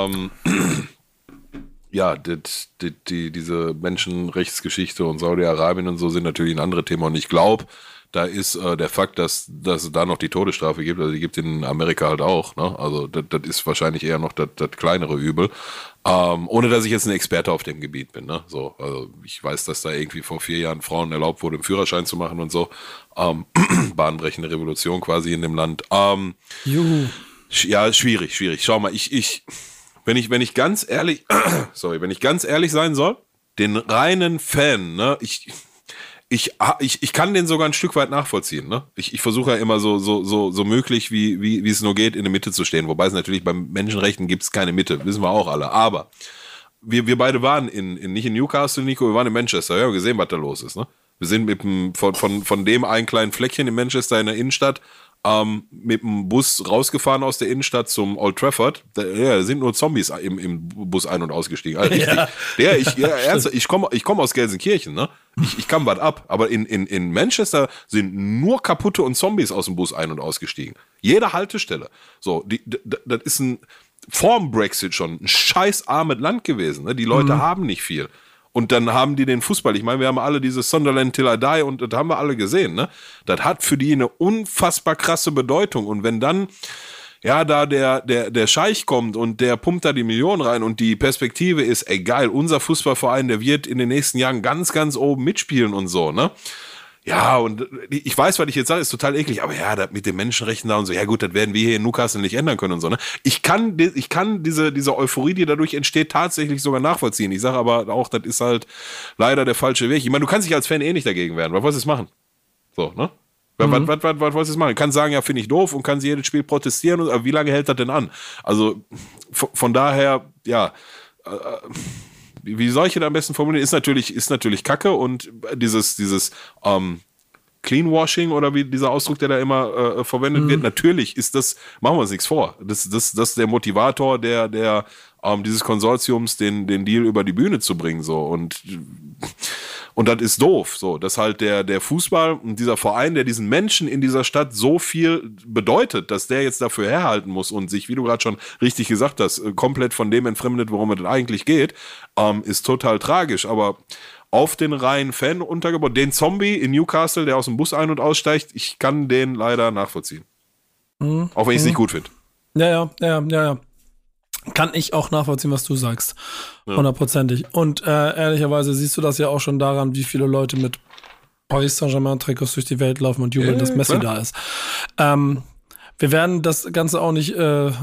Ja, diese Menschenrechtsgeschichte und Saudi-Arabien und so sind natürlich ein anderes Thema und ich glaube, da ist der Fakt, dass es da noch die Todesstrafe gibt, also die gibt es in Amerika halt auch, ne? Also das ist wahrscheinlich eher noch das kleinere Übel. Ohne dass ich jetzt ein Experte auf dem Gebiet bin, ne? So, also ich weiß, dass da irgendwie vor 4 Jahren Frauen erlaubt wurde, einen Führerschein zu machen und so. Bahnbrechende Revolution quasi in dem Land. Juhu. Ja, schwierig. Schau mal, wenn ich ganz ehrlich, wenn ich ganz ehrlich sein soll, den reinen Fan, ne, ich kann den sogar ein Stück weit nachvollziehen, ne? Ich versuche ja immer so möglich, wie es nur geht, in der Mitte zu stehen. Wobei es natürlich beim Menschenrechten gibt es keine Mitte, wissen wir auch alle. Aber wir beide waren nicht in Newcastle, Nico, wir waren in Manchester. Wir haben gesehen, was da los ist, ne? Wir sind von dem einen kleinen Fleckchen in Manchester in der Innenstadt mit dem Bus rausgefahren aus der Innenstadt zum Old Trafford. Da sind nur Zombies im Bus ein- und ausgestiegen. Also richtig. Ernsthaft, ich komm aus Gelsenkirchen, ne? Ich kann was ab. Aber in Manchester sind nur Kaputte und Zombies aus dem Bus ein- und ausgestiegen. Jede Haltestelle. So, das ist vorm Brexit schon ein scheiß armes Land gewesen. Ne? Die Leute haben nicht viel. Und dann haben die den Fußball, ich meine, wir haben alle dieses Sunderland Till I Die und das haben wir alle gesehen, ne? Das hat für die eine unfassbar krasse Bedeutung. Und wenn dann, ja, da der Scheich kommt und der pumpt da die Millionen rein und die Perspektive ist, ey geil, unser Fußballverein, der wird in den nächsten Jahren ganz, ganz oben mitspielen und so, ne? Ja, und ich weiß, was ich jetzt sage, ist total eklig, aber ja, das mit den Menschenrechten da und so, ja gut, das werden wir hier in Newcastle nicht ändern können und so, ne? Ich kann diese Euphorie, die dadurch entsteht, tatsächlich sogar nachvollziehen. Ich sage aber auch, das ist halt leider der falsche Weg. Ich meine, du kannst dich als Fan nicht dagegen wehren. Was wolltest du jetzt machen? So, ne? Was wolltest du jetzt machen? Du kannst sagen, ja, finde ich doof und kannst jedes Spiel protestieren, aber wie lange hält das denn an? Also, von daher, ja, wie soll ich das am besten formulieren? Ist natürlich Kacke und dieses Cleanwashing oder wie dieser Ausdruck, der da immer verwendet wird, natürlich ist das, machen wir uns nichts vor. Das ist der Motivator dieses Konsortiums, den Deal über die Bühne zu bringen, so. Und das ist doof, so. Dass halt der Fußball und dieser Verein, der diesen Menschen in dieser Stadt so viel bedeutet, dass der jetzt dafür herhalten muss und sich, wie du gerade schon richtig gesagt hast, komplett von dem entfremdet, worum es denn eigentlich geht, ist total tragisch. Aber auf den reinen Fan untergebaut, den Zombie in Newcastle, der aus dem Bus ein- und aussteigt, ich kann den leider nachvollziehen. Auch wenn ich es nicht gut finde. Ja. Kann ich auch nachvollziehen, was du sagst. 100%. Und ehrlicherweise siehst du das ja auch schon daran, wie viele Leute mit Paris Saint-Germain-Trikots durch die Welt laufen und jubeln, dass Messi da ist. Wir werden das Ganze auch nicht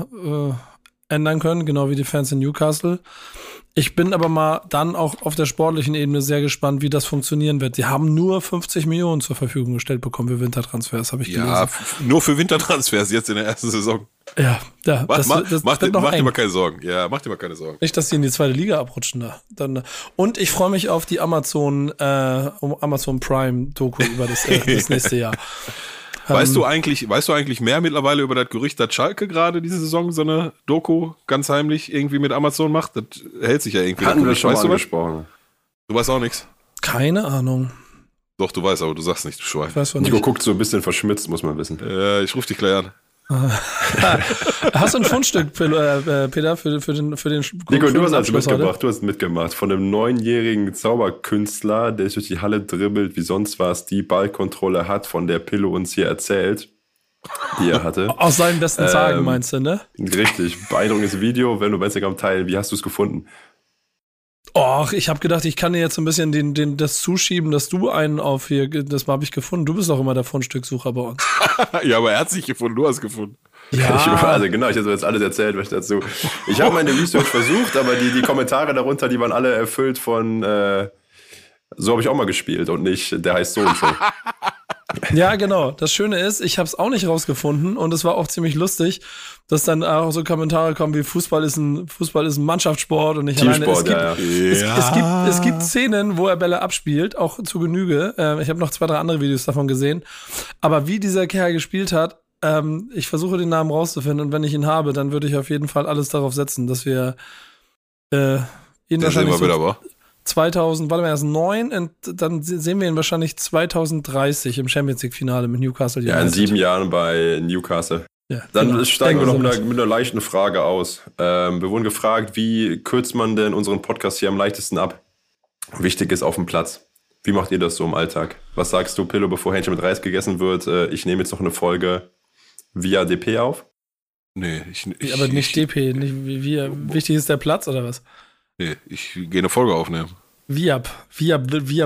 ändern können, genau wie die Fans in Newcastle. Ich bin aber mal dann auch auf der sportlichen Ebene sehr gespannt, wie das funktionieren wird. Sie haben nur 50 Millionen zur Verfügung gestellt bekommen für Wintertransfers, habe ich gelesen. Ja, nur für Wintertransfers jetzt in der ersten Saison. Ja. Mach dir mal keine Sorgen. Ja, mach dir mal keine Sorgen. Nicht, dass die in die zweite Liga abrutschen da. Und ich freue mich auf die Amazon Prime Doku über das nächste Jahr. Weißt du eigentlich mehr mittlerweile über das Gerücht, dass Schalke gerade diese Saison so eine Doku ganz heimlich irgendwie mit Amazon macht? Das hält sich ja irgendwie. Hatten wir schon mal angesprochen. Du weißt auch nichts? Keine Ahnung. Doch, du weißt, aber du sagst nicht, du Schwein. Nico guckt so ein bisschen verschmitzt, muss man wissen. Ich rufe dich gleich an. Hast du ein Fundstück, Peter, für den Nico, du hast also mitgebracht, du hast mitgemacht. Von einem 9-jährigen Zauberkünstler, der durch die Halle dribbelt, wie sonst was, die Ballkontrolle hat, von der Pillow uns hier erzählt, die er hatte. Aus seinen besten Tagen, meinst du, ne? Richtig, beeindruckendes Video, wenn du bei Instagram teilen. Wie hast du es gefunden? Och, ich habe gedacht, ich kann dir jetzt ein bisschen das zuschieben, dass du einen auf hier, das habe ich gefunden. Du bist auch immer der Fundstücksucher bei uns. Ja, aber er hat sich gefunden, du hast gefunden. Ja. Ich habe jetzt alles erzählt, was ich dazu. Ich habe meine Research versucht, aber die Kommentare darunter, die waren alle erfüllt von so habe ich auch mal gespielt und nicht, der heißt so und so. Ja, genau. Das Schöne ist, ich habe es auch nicht rausgefunden und es war auch ziemlich lustig, dass dann auch so Kommentare kommen wie Fußball ist ein Mannschaftssport und nicht alleine. Es gibt Szenen, wo er Bälle abspielt, auch zu Genüge. Ich habe noch 2, 3 andere Videos davon gesehen. Aber wie dieser Kerl gespielt hat, ich versuche den Namen rauszufinden und wenn ich ihn habe, dann würde ich auf jeden Fall alles darauf setzen, dass wir ihn wahrscheinlich so 2000, warte mal, erst 9 und dann sehen wir ihn wahrscheinlich 2030 im Champions League Finale mit Newcastle United. Ja, in 7 Jahren bei Newcastle. Ja, dann genau. Steigen wir noch mit einer leichten Frage aus. Wir wurden gefragt, wie kürzt man denn unseren Podcast hier am leichtesten ab? Wichtig ist auf dem Platz. Wie macht ihr das so im Alltag? Was sagst du, Pillow, bevor Hähnchen mit Reis gegessen wird? Ich nehme jetzt noch eine Folge via DP auf. Nee, aber nicht DP, nicht wichtig ist der Platz oder was? Nee, ich gehe eine Folge aufnehmen. Via DP, ja. Via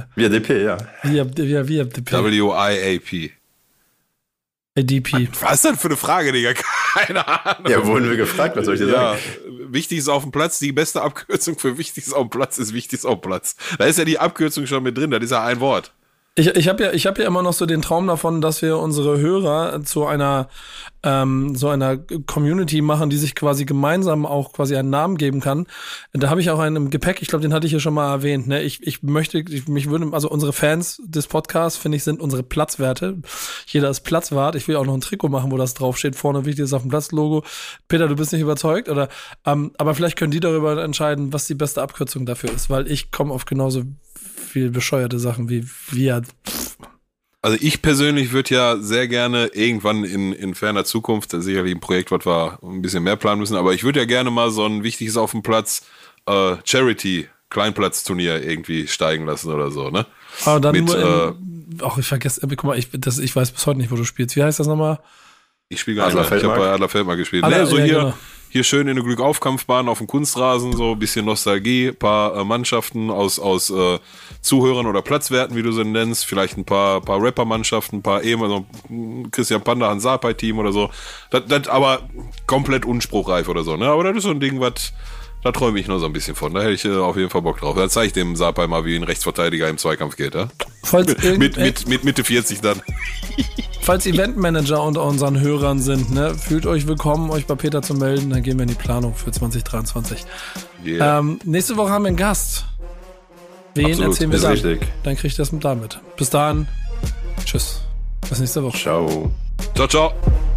DP. WIAP. ADP. Was ist denn für eine Frage, Digga? Keine Ahnung. Ja, wurden wir gefragt, was soll ich dir sagen? Wichtig ist auf dem Platz, die beste Abkürzung für wichtig ist auf dem Platz ist wichtig ist auf dem Platz. Da ist ja die Abkürzung schon mit drin, das ist ja ein Wort. Ich hab ja immer noch so den Traum davon, dass wir unsere Hörer zu einer so einer Community machen, die sich quasi gemeinsam auch quasi einen Namen geben kann. Da habe ich auch einen im Gepäck, ich glaube, den hatte ich ja schon mal erwähnt. Ne? Also unsere Fans des Podcasts, finde ich, sind unsere Platzwerte. Jeder ist Platzwart. Ich will auch noch ein Trikot machen, wo das draufsteht. Vorne wichtig ist auf dem Platz-Logo. Peter, du bist nicht überzeugt? Oder aber vielleicht können die darüber entscheiden, was die beste Abkürzung dafür ist, weil ich komme auf genauso viel bescheuerte Sachen wie wir. Also ich persönlich würde ja sehr gerne irgendwann in ferner Zukunft, sicherlich ein Projekt, was wir ein bisschen mehr planen müssen, aber ich würde ja gerne mal so ein wichtiges auf dem Platz Charity-Kleinplatzturnier irgendwie steigen lassen oder so, ne? Aber dann ich vergesse, guck mal, ich weiß bis heute nicht, wo du spielst. Wie heißt das nochmal? Ich spiele gar nicht mehr. Ich habe bei Adlerfeldmark gespielt. Hier schön in der Glückaufkampfbahn auf dem Kunstrasen, so ein bisschen Nostalgie, ein paar Mannschaften aus Zuhörern oder Platzwerten, wie du sie nennst, vielleicht ein paar Rapper-Mannschaften, ein paar also Christian Panda, Hans Sapai-Team oder so. Das aber komplett unspruchreif oder so, ne? Aber das ist so ein Ding, da träume ich noch so ein bisschen von. Da hätte ich auf jeden Fall Bock drauf. Da zeige ich dem Sapai mal, wie ein Rechtsverteidiger im Zweikampf geht, ja? Mit Mitte 40 dann. Falls Eventmanager unter unseren Hörern sind, ne, fühlt euch willkommen, euch bei Peter zu melden. Dann gehen wir in die Planung für 2023. Yeah. Nächste Woche haben wir einen Gast. Wen Absolut, erzählen wir dann? Richtig. Dann kriegt ihr das mit damit. Bis dahin. Tschüss. Bis nächste Woche. Ciao. Ciao, ciao.